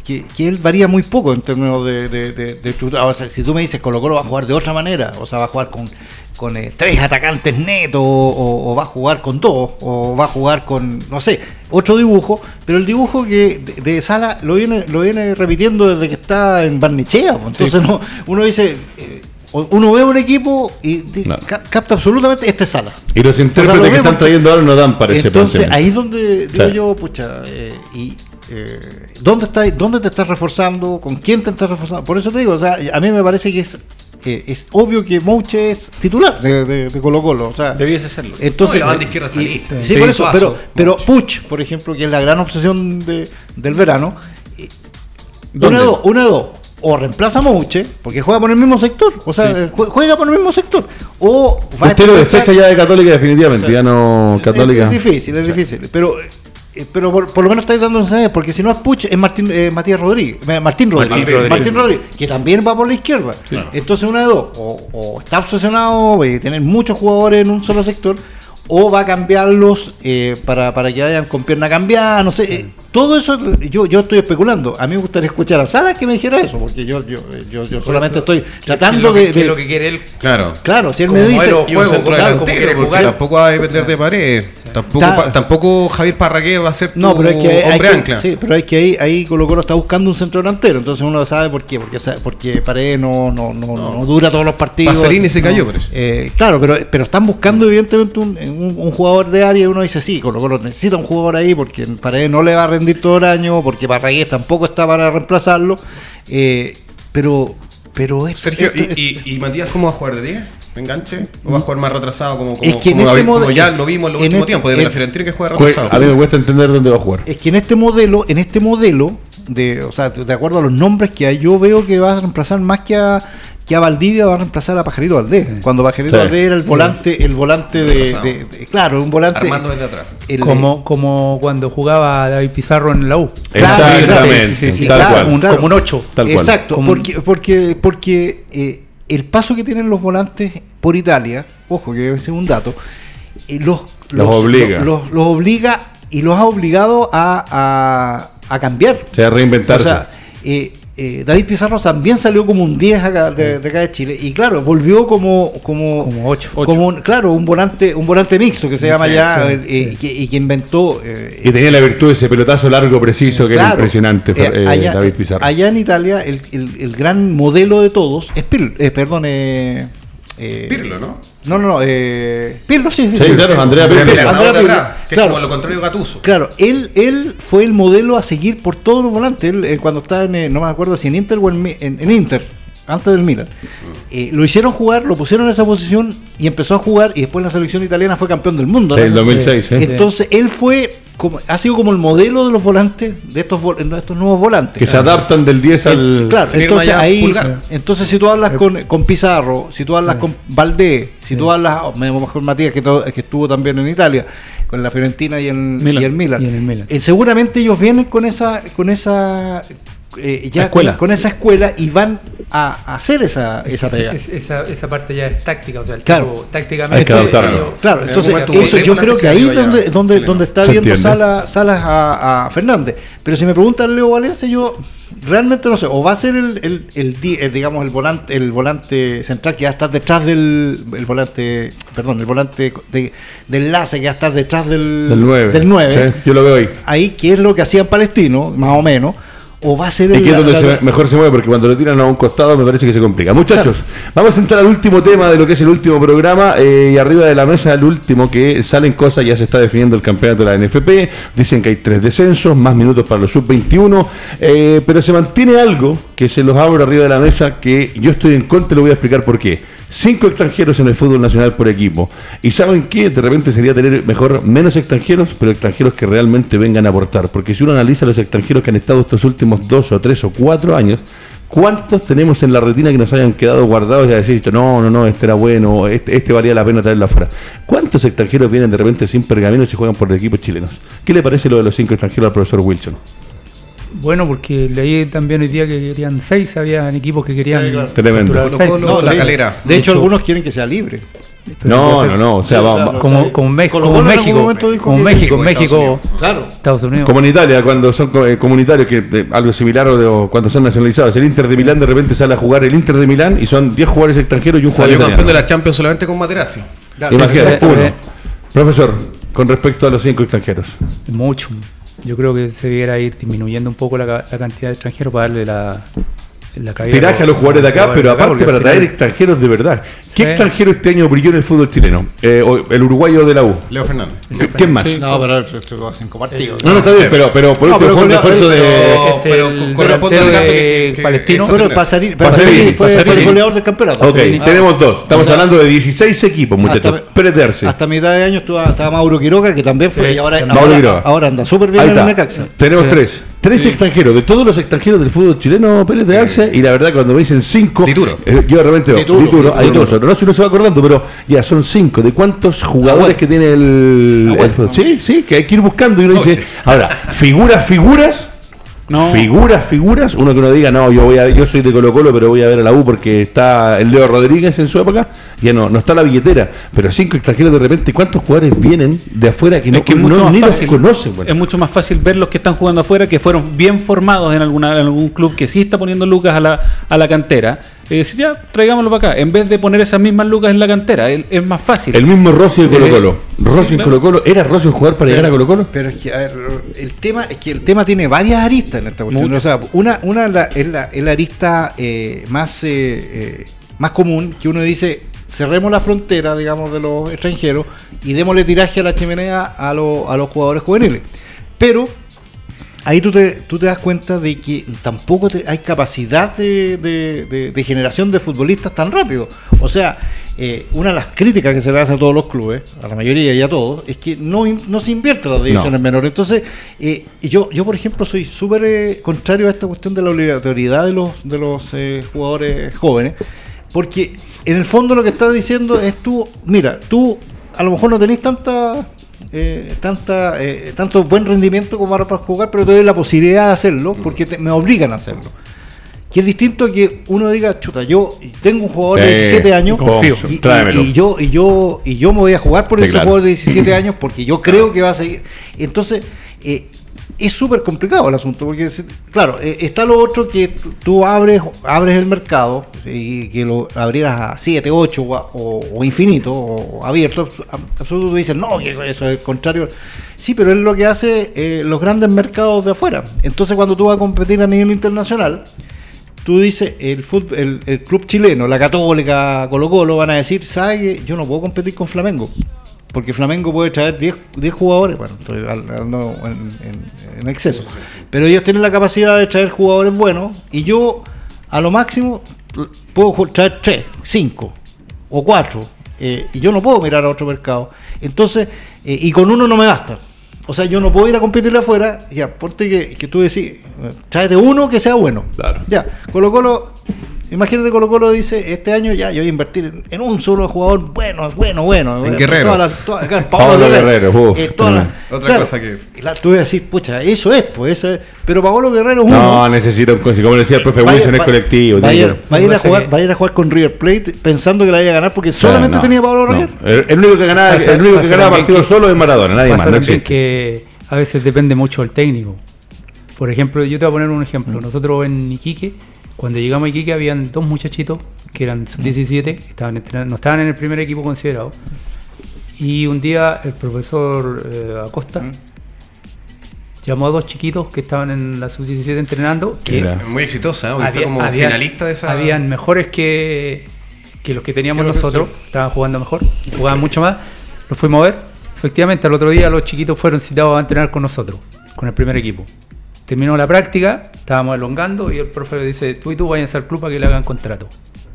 que, que él varía muy poco en términos de, de, de, de estructura. O sea, si tú me dices Colo Colo va a jugar de otra manera, o sea, va a jugar con, con eh, tres atacantes netos, o, o va a jugar con dos, o va a jugar con, no sé, otro dibujo, pero el dibujo que de, de Sala lo viene, lo viene repitiendo desde que está en Barnechea. Entonces sí. no, uno dice... Eh, uno ve un equipo y no. ca- capta absolutamente este Sala. Y los intérpretes o sea, que están trayendo ahora no dan para ese entonces ahí es donde digo sí. yo, pucha, eh, y eh, ¿dónde, está, ¿dónde te estás reforzando? ¿Con quién te estás reforzando? Por eso te digo, o sea, a mí me parece que es eh, es obvio que Mouche es titular de, de, de Colo Colo, o sea, debiese serlo. Entonces, no, la banda izquierda está y, lista. Sí, sí, por eso, pero, pero Puch, por ejemplo, que es la gran obsesión de, del verano, una de dos, una de dos. O reemplaza a Mouche, porque juega por el mismo sector. O sea, sí. juega por el mismo sector. O va Usted a lo desecha ya de Católica, definitivamente. O sea, ya no Católica. Es, es difícil, es difícil. Pero pero por, por lo menos estáis dando un porque si no es Puch, es Martín, eh, Matías Rodríguez. Martín Rodríguez. Martín Rodríguez. Martín Rodríguez, que también va por la izquierda. Sí. Entonces, una de dos. O, o está obsesionado de tener muchos jugadores en un solo sector, o va a cambiarlos eh, para, para que vayan con pierna cambiada, no sé. Eh, todo eso yo yo estoy especulando. A mí me gustaría escuchar a Sala que me dijera eso, porque yo yo yo, yo solamente eso, estoy tratando que, de, que de lo que quiere él. Claro. Claro, si él me dice y un centro delantero, tampoco va a depender de Paredes. Sí. Tampoco pa, tampoco Javier Parragué va a ser tu no, pero es que hay, hombre hay ancla. Que, sí, pero es que ahí ahí Colo Colo está buscando un centro delantero, entonces uno sabe por qué, porque porque Paredes no no, no, no, no dura todos los partidos. Pasarini se cayó, no, por eso. Eh, claro, pero pero están buscando evidentemente un, un, un jugador de área y uno dice sí, Colo Colo necesita un jugador ahí porque Paredes no le va a rendir todo el año, porque Parragués tampoco está para reemplazarlo, eh, pero pero esto, Sergio, esto, ¿y, y, ¿y Matías cómo va a jugar de diez? ¿Enganche? ¿O va a jugar más retrasado como, como, es que como, este como modelo, ya lo vimos en los en últimos este, tiempos, desde en, la Fiorentina que juega retrasado? A mí me cuesta entender dónde va a jugar. Es que en este modelo, en este modelo, de, o sea, de acuerdo a los nombres que hay, yo veo que va a reemplazar más que a que a Valdivia va a reemplazar a Pajarito Valdés. Sí. Cuando Pajarito sí. Valdés era el volante, sí. el volante de, de, de, claro, un volante armando desde atrás. El, como, como cuando jugaba David Pizarro en la U. Claro, exactamente, sí, sí, sí, tal claro, cual. Un, claro. Como un ocho. Tal cual. Exacto, como porque porque porque eh, el paso que tienen los volantes por Italia, ojo que es un dato, eh, los, los, los obliga. Los, los, los obliga y los ha obligado a, a, a cambiar. O sea, a reinventarse. O sea, eh, Eh, David Pizarro también salió como un diez acá de, de acá de Chile y claro, volvió como como como ocho, como un, claro, un volante un volante mixto que se sí, llama sí, ya sí, eh, sí. Y, que, y que inventó eh, y tenía la virtud de ese pelotazo largo preciso que claro, era impresionante eh, allá, David Pizarro. Allá en Italia el, el, el gran modelo de todos es Pirlo, eh, perdón eh, eh, Pirlo, ¿no? No, no, no, eh, Pirlo sí, sí, sí claro, sí, Andrea Pirlo, Andrea Pirlo, Pirlo, que claro, es como lo contrario de Gattuso. Claro, él, él fue el modelo a seguir por todos los volantes. Él, él cuando estaba en, no me acuerdo si en Inter o en, en, en Inter, antes del Milan, eh, lo hicieron jugar, lo pusieron en esa posición y empezó a jugar y después en la selección italiana fue campeón del mundo. En el dos mil seis, eh. Entonces él fue como, ha sido como el modelo de los volantes, de estos, de estos nuevos volantes. Que claro, se adaptan del diez al... Claro, entonces ahí, entonces si tú hablas con, con Pizarro, si tú hablas sí. con Valdés, si sí. tú hablas, oh, mejor Matías que, todo, que estuvo también en Italia, con la Fiorentina y en Milan, y el Milan, y en el Milan. Eh, seguramente ellos vienen con esa, con esa eh, ya con, con esa escuela y van a, a hacer esa esa pega. Es, esa, esa parte ya es táctica, o sea, el claro, tipo, tácticamente hay que adaptarlo. Claro, entonces eso yo creo que ahí es donde donde, donde está viendo Salas Salas a, a Fernández. Pero si me preguntan Leo Valencia, yo realmente no sé, o va a ser el, el, el, el, el digamos el volante el volante central que va a estar detrás del el volante, perdón, el volante de, de enlace que va a estar detrás del del nueve. Del nueve. Sí, yo lo veo ahí. Ahí que es lo que hacían Palestino, más o menos. O va a ser el. Y que es donde la, se, mejor se mueve, porque cuando lo tiran a un costado me parece que se complica. Muchachos, claro, vamos a entrar al último tema de lo que es el último programa. Eh, y arriba de la mesa, el último, que salen cosas, ya se está definiendo el campeonato de la N F P. Dicen que hay tres descensos, más minutos para los sub veintiuno. Eh, pero se mantiene algo que se los abro arriba de la mesa, que yo estoy en contra y lo voy a explicar por qué. Cinco extranjeros en el fútbol nacional por equipo. ¿Y saben qué? De repente sería tener mejor menos extranjeros, pero extranjeros que realmente vengan a aportar. Porque si uno analiza los extranjeros que han estado estos últimos dos o tres o cuatro años, ¿cuántos tenemos en la retina que nos hayan quedado guardados y a decir, no, no, no, este era bueno, este, este valía la pena traerlo afuera? ¿Cuántos extranjeros vienen de repente sin pergaminos y juegan por equipos chilenos? ¿Qué le parece lo de los cinco extranjeros al profesor Wilson? Bueno, porque leí también hoy día que querían seis, habían equipos que querían... Sí, claro. Tremendo. No, no, la calera. De hecho, algunos quieren que sea libre. Pero No, puede no, ser- no. O sea, Sí, vamos, claro. Como, o sea, como, Mex- Colo como Colo en algún México, momento dijo como que- México, México, México, Estados Claro. Estados Unidos. como en Italia, cuando son co- eh, comunitarios, que eh, algo similar o, de- o cuando son nacionalizados. El Inter de Milán de repente sale a jugar el Inter de Milán y son diez jugadores extranjeros y un Salió jugador campeón de italiano. la Champions solamente con Materazzi. Imagínate, Sí, sí, uno. sí. Profesor, con respecto a los cinco extranjeros. Mucho. Yo creo que se debiera ir disminuyendo un poco la, ca- la cantidad de extranjeros para darle la, la cabida Tiraje a los jugadores de acá, pero aparte porque para al traer final- extranjeros de verdad. ¿Qué Sí. extranjero este año brilló en el fútbol chileno? Eh, o el uruguayo de la U. Leo Fernández. ¿Qué- ¿Quién más? No, pero esto es cinco partidos. No, no, está bien, pero, pero por No, último pero fue un con la- esfuerzo de... pero- Este, pero el corresponde delantero al dato de que- que- Palestino. que- Pero que- Pasarini, Pasarini, Pasarini fue, fue el Pasarini. goleador del campeonato. Ok, Sí. tenemos dos. Estamos O sea, hablando de dieciséis equipos, muchachos. Hasta, Pérez de Arce. hasta mitad de año estuvo, estaba Mauro Quiroga, que también fue. Sí, y ahora, también. Mauro ahora, Quiroga. ahora anda súper bien Ahí en el está. Necaxa. Tenemos Sí. tres. Tres extranjeros, de todos los extranjeros del fútbol chileno, Pérez de Arce, y la verdad cuando me dicen cinco, Dituro. eh, yo de repente Dituro, Dituro, Dituro, hay Dituro. dos, no sé si uno se va acordando, pero ya son cinco. ¿De cuántos jugadores bueno. que tiene el, Ah, bueno. el fútbol? Sí, sí, que hay que ir buscando y uno No, dice, sí. ahora, figuras, figuras. No. Figuras, figuras, uno que uno diga, no, yo voy a, yo soy de Colo Colo, pero voy a ver a la U porque está el Leo Rodríguez en su época, ya no, no está la billetera, pero cinco extranjeros de repente, ¿cuántos jugadores vienen de afuera que no, Es que es no- mucho más ni los fácil. conocen? Bueno. Es mucho más fácil ver los que están jugando afuera, que fueron bien formados en, alguna, en algún club que sí está poniendo lucas a la, a la cantera. Y decir, ya, traigámoslo para acá. En vez de poner esas mismas lucas en la cantera, es, es más fácil. El mismo Rossi de Colo Colo. Eh, Rossi sí, en claro. Colo Colo, ¿era Rossi un jugador para llegar a Colo Colo? Pero es que, a ver, el tema, es que el tema tiene varias aristas en esta cuestión. Mucho. O sea, una, una la- es, la, es la arista eh, más, eh, eh, más común, que uno dice, cerremos la frontera, digamos, de los extranjeros y démosle tiraje a la chimenea a, los- a los jugadores juveniles. Pero ahí tú te, tú te das cuenta de que tampoco te- hay capacidad de, de- de- de generación de futbolistas tan rápido. O sea, eh, una de las críticas que se le hace a todos los clubes, a la mayoría y a todos, es que no, in- no se invierte en las divisiones No. menores. Entonces, eh, yo, yo por ejemplo, soy súper eh, contrario a esta cuestión de la obligatoriedad de los, de los eh, jugadores jóvenes, porque en el fondo lo que estás diciendo es tú, mira, tú a lo mejor no tenés tanta... Eh, tanta, eh, tanto buen rendimiento como ahora para jugar, pero te doy la posibilidad de hacerlo porque te- me obligan a hacerlo. Que es distinto a que uno diga, chuta, yo tengo un jugador de Eh, diecisiete años confío, y, y- tráemelo. y yo y yo y yo me voy a jugar por Sí, ese claro. jugador de diecisiete años porque yo creo que va a seguir. Entonces, eh, es súper complicado el asunto, porque, se- claro, eh, está lo otro que tú- tú abres abres el mercado y que lo abrieras a siete, ocho o, a- o- o infinito o abierto, abs- absoluto, tú dices, no, que eso es contrario. Sí, pero es lo que hace eh, los grandes mercados de afuera. Entonces, cuando tú vas a competir a nivel internacional, tú dices, el, fut- el, el club chileno, la Católica, Colo Colo, van a decir, ¿sabes qué? Yo no puedo competir con Flamengo. Porque Flamengo puede traer diez, diez jugadores, bueno, estoy hablando en, en- en exceso. Pero ellos tienen la capacidad de traer jugadores buenos y yo, a lo máximo, puedo ju- traer tres, cinco o cuatro. eh, y yo no puedo mirar a otro mercado. Entonces, eh, y con uno no me basta. O sea, yo no puedo ir a competir afuera, ya, ponte que, que tú decís, eh, tráete uno que sea bueno. Claro. Ya, Colo Colo, imagínate Colo Colo dice, este año ya yo voy a invertir en, en un solo jugador bueno, bueno, bueno. En eh, Guerrero. todas las- todas- claro, Pablo Guerrero, uf. eh, todas las- Otra claro, cosa que- y la- tú vas a decir, pucha, eso es, pues, eso es. Pero Pablo Guerrero es uno. No, necesita un coche, como decía el profe Vaya- Wilson, es va- colectivo. Va a tiene ir, que- va a ir a Pasa jugar, que- va a ir a jugar con River Plate pensando que la iba a ganar porque solamente no, tenía a Pablo no. Guerrero. El, el único que ganaba, Pasa- el único que pasa ganaba también partido que- solo es Maradona, nadie Pasa más, no también existe. que a veces depende mucho del técnico. Por ejemplo, yo te voy a poner un ejemplo. Nosotros en Iquique, cuando llegamos a Iquique, habían dos muchachitos que eran sub diecisiete, que estaban entrenando, no estaban en el primer equipo considerado. Y un día el profesor eh, Acosta llamó a dos chiquitos que estaban en la sub diecisiete entrenando. Que Era. Muy exitosa, ¿eh? Porque fue había- como había- finalista de esa. Habían mejores que, que los que teníamos nosotros, estaban jugando mejor, jugaban mucho más. Los fuimos a ver. Efectivamente, al otro día los chiquitos fueron citados a entrenar con nosotros, con el primer equipo. Terminó la práctica, estábamos elongando y el profe le dice, tú y tú váyanse al club para que le hagan contrato.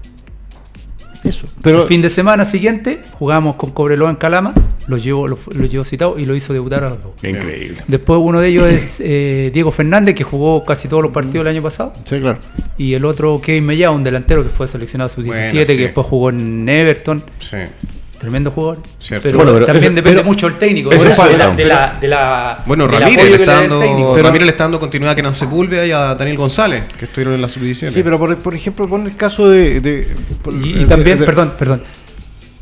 Eso. Pero el fin de semana siguiente jugamos con Cobreloa en Calama, los llevó, los, los llevó citados y lo hizo debutar a los dos. Increíble. Después uno de ellos es eh, Diego Fernández, que jugó casi todos los partidos el año pasado. sí, claro. Y el otro, Kevin Mellado, un delantero que fue seleccionado sub diecisiete, Bueno, sí. que después jugó en Everton. Sí. Tremendo jugador. Cierto. Pero, Bueno, pero también eso- depende pero- mucho del técnico. eso de, la, falta. de, la, de, la, de la- Bueno, del Ramírez apoyo le, que está da el dando, técnico. Pero- Ramírez le está dando continuidad a Kenan Sepúlveda y a Daniel González, que estuvieron en la sub diecisiete. Sí, pero por, por ejemplo, pon el caso de. de por- Y, y de- también, de- perdón, perdón.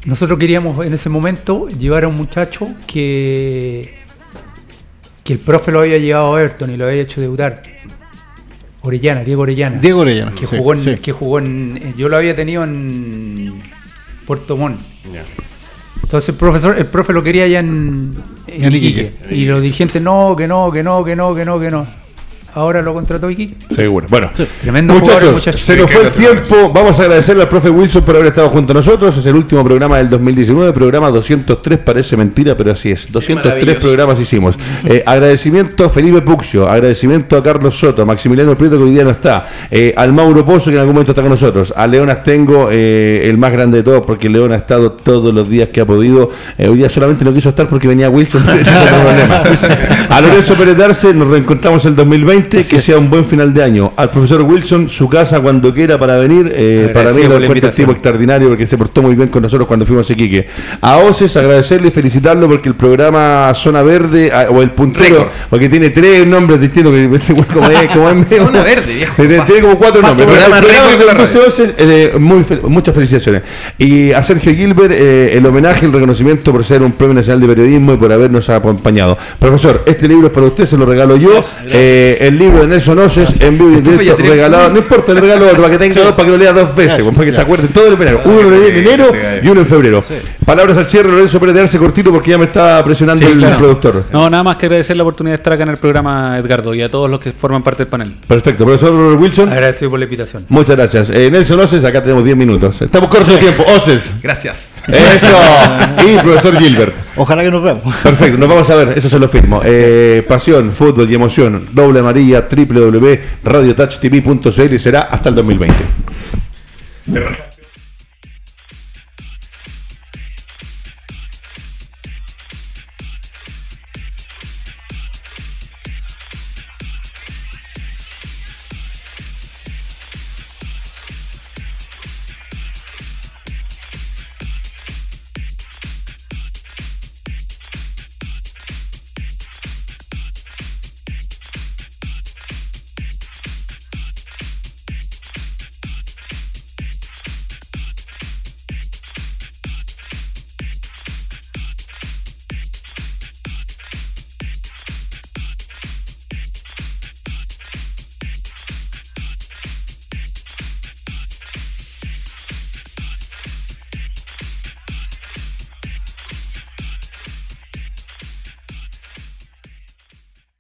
nosotros queríamos en ese momento llevar a un muchacho que, que el profe lo había llevado a Everton y lo había hecho debutar. Orellana, Diego Orellana. Diego Orellana. Que sí, jugó en, sí. que jugó en, yo lo había tenido en Puerto Montt. Ya. Entonces el profesor, el profe lo quería allá en, en En Iquique. Iquique. Y los dirigentes no, que no, que no, que no, que no, que no. Ahora lo contrató Iquique. Seguro. Bueno, Tremendo muchachos, jugador, muchacho. se nos Sí, fue el qué otro tiempo. Vamos a agradecerle al profe Wilson por haber estado junto a nosotros. Es el último programa del dos mil diecinueve, programa doscientos tres. Parece mentira, pero así es. doscientos tres maravilloso. programas hicimos. Eh, agradecimiento a Felipe Puccio, agradecimiento a Carlos Soto, a Maximiliano Prieto, que hoy día no está, eh, al Mauro Pozo, que en algún momento está con nosotros, a León Astengo, eh, el más grande de todos, porque León ha estado todos los días que ha podido. Eh, hoy día solamente no quiso estar porque venía Wilson, pero ese es otro problema. A Lorenzo Pérez Darce, nos reencontramos el dos mil veinte, que sea un buen final de año. Al profesor Wilson, su casa cuando quiera para venir. Eh, para mí Agradecido lo por la encuentro un invitación. tipo extraordinario porque se portó muy bien con nosotros cuando fuimos a Iquique. A Oces, agradecerle y felicitarlo porque el programa Zona Verde, ah, o el puntero, Récord. porque tiene tres nombres distintos, que este güey como es, como es medio- Zona Verde, viejo. tiene, tiene como cuatro Pa- nombres. programa Pero el récord de la entonces, radio. Oces, eh, muy fel- muchas felicitaciones. Y a Sergio Gilbert, eh, el homenaje, el reconocimiento por ser un Premio Nacional de Periodismo y por habernos acompañado. Profesor, este libro es para usted, se lo regalo yo. Eh, el libro de Nelson Oces, en vivo y en Profe, ya directo, tiene regalado. el- No importa, le regalo otro para que tenga dos, para que lo lea dos veces, para que se acuerden todo el homenaje. Uno en sí, enero sí, y uno en febrero. Palabras al cierre, Lorenzo Pérez de Arce, cortito porque ya me está presionando Sí, el claro. productor. No, nada más que agradecer la oportunidad de estar acá en el programa, Edgardo, y a todos los que forman parte del panel. Perfecto, profesor Wilson. Agradecido por la invitación. Muchas gracias. Eh, Nelson Oces, acá tenemos diez minutos. Estamos cortos de tiempo. Oces. Gracias. Eso. Y profesor Gilbert. Ojalá que nos veamos. Perfecto, nos vamos a ver, eso se lo firmo. Eh, pasión, fútbol y emoción. Doble amarilla, w w w punto radio touch t v punto c l y será hasta el dos mil veinte.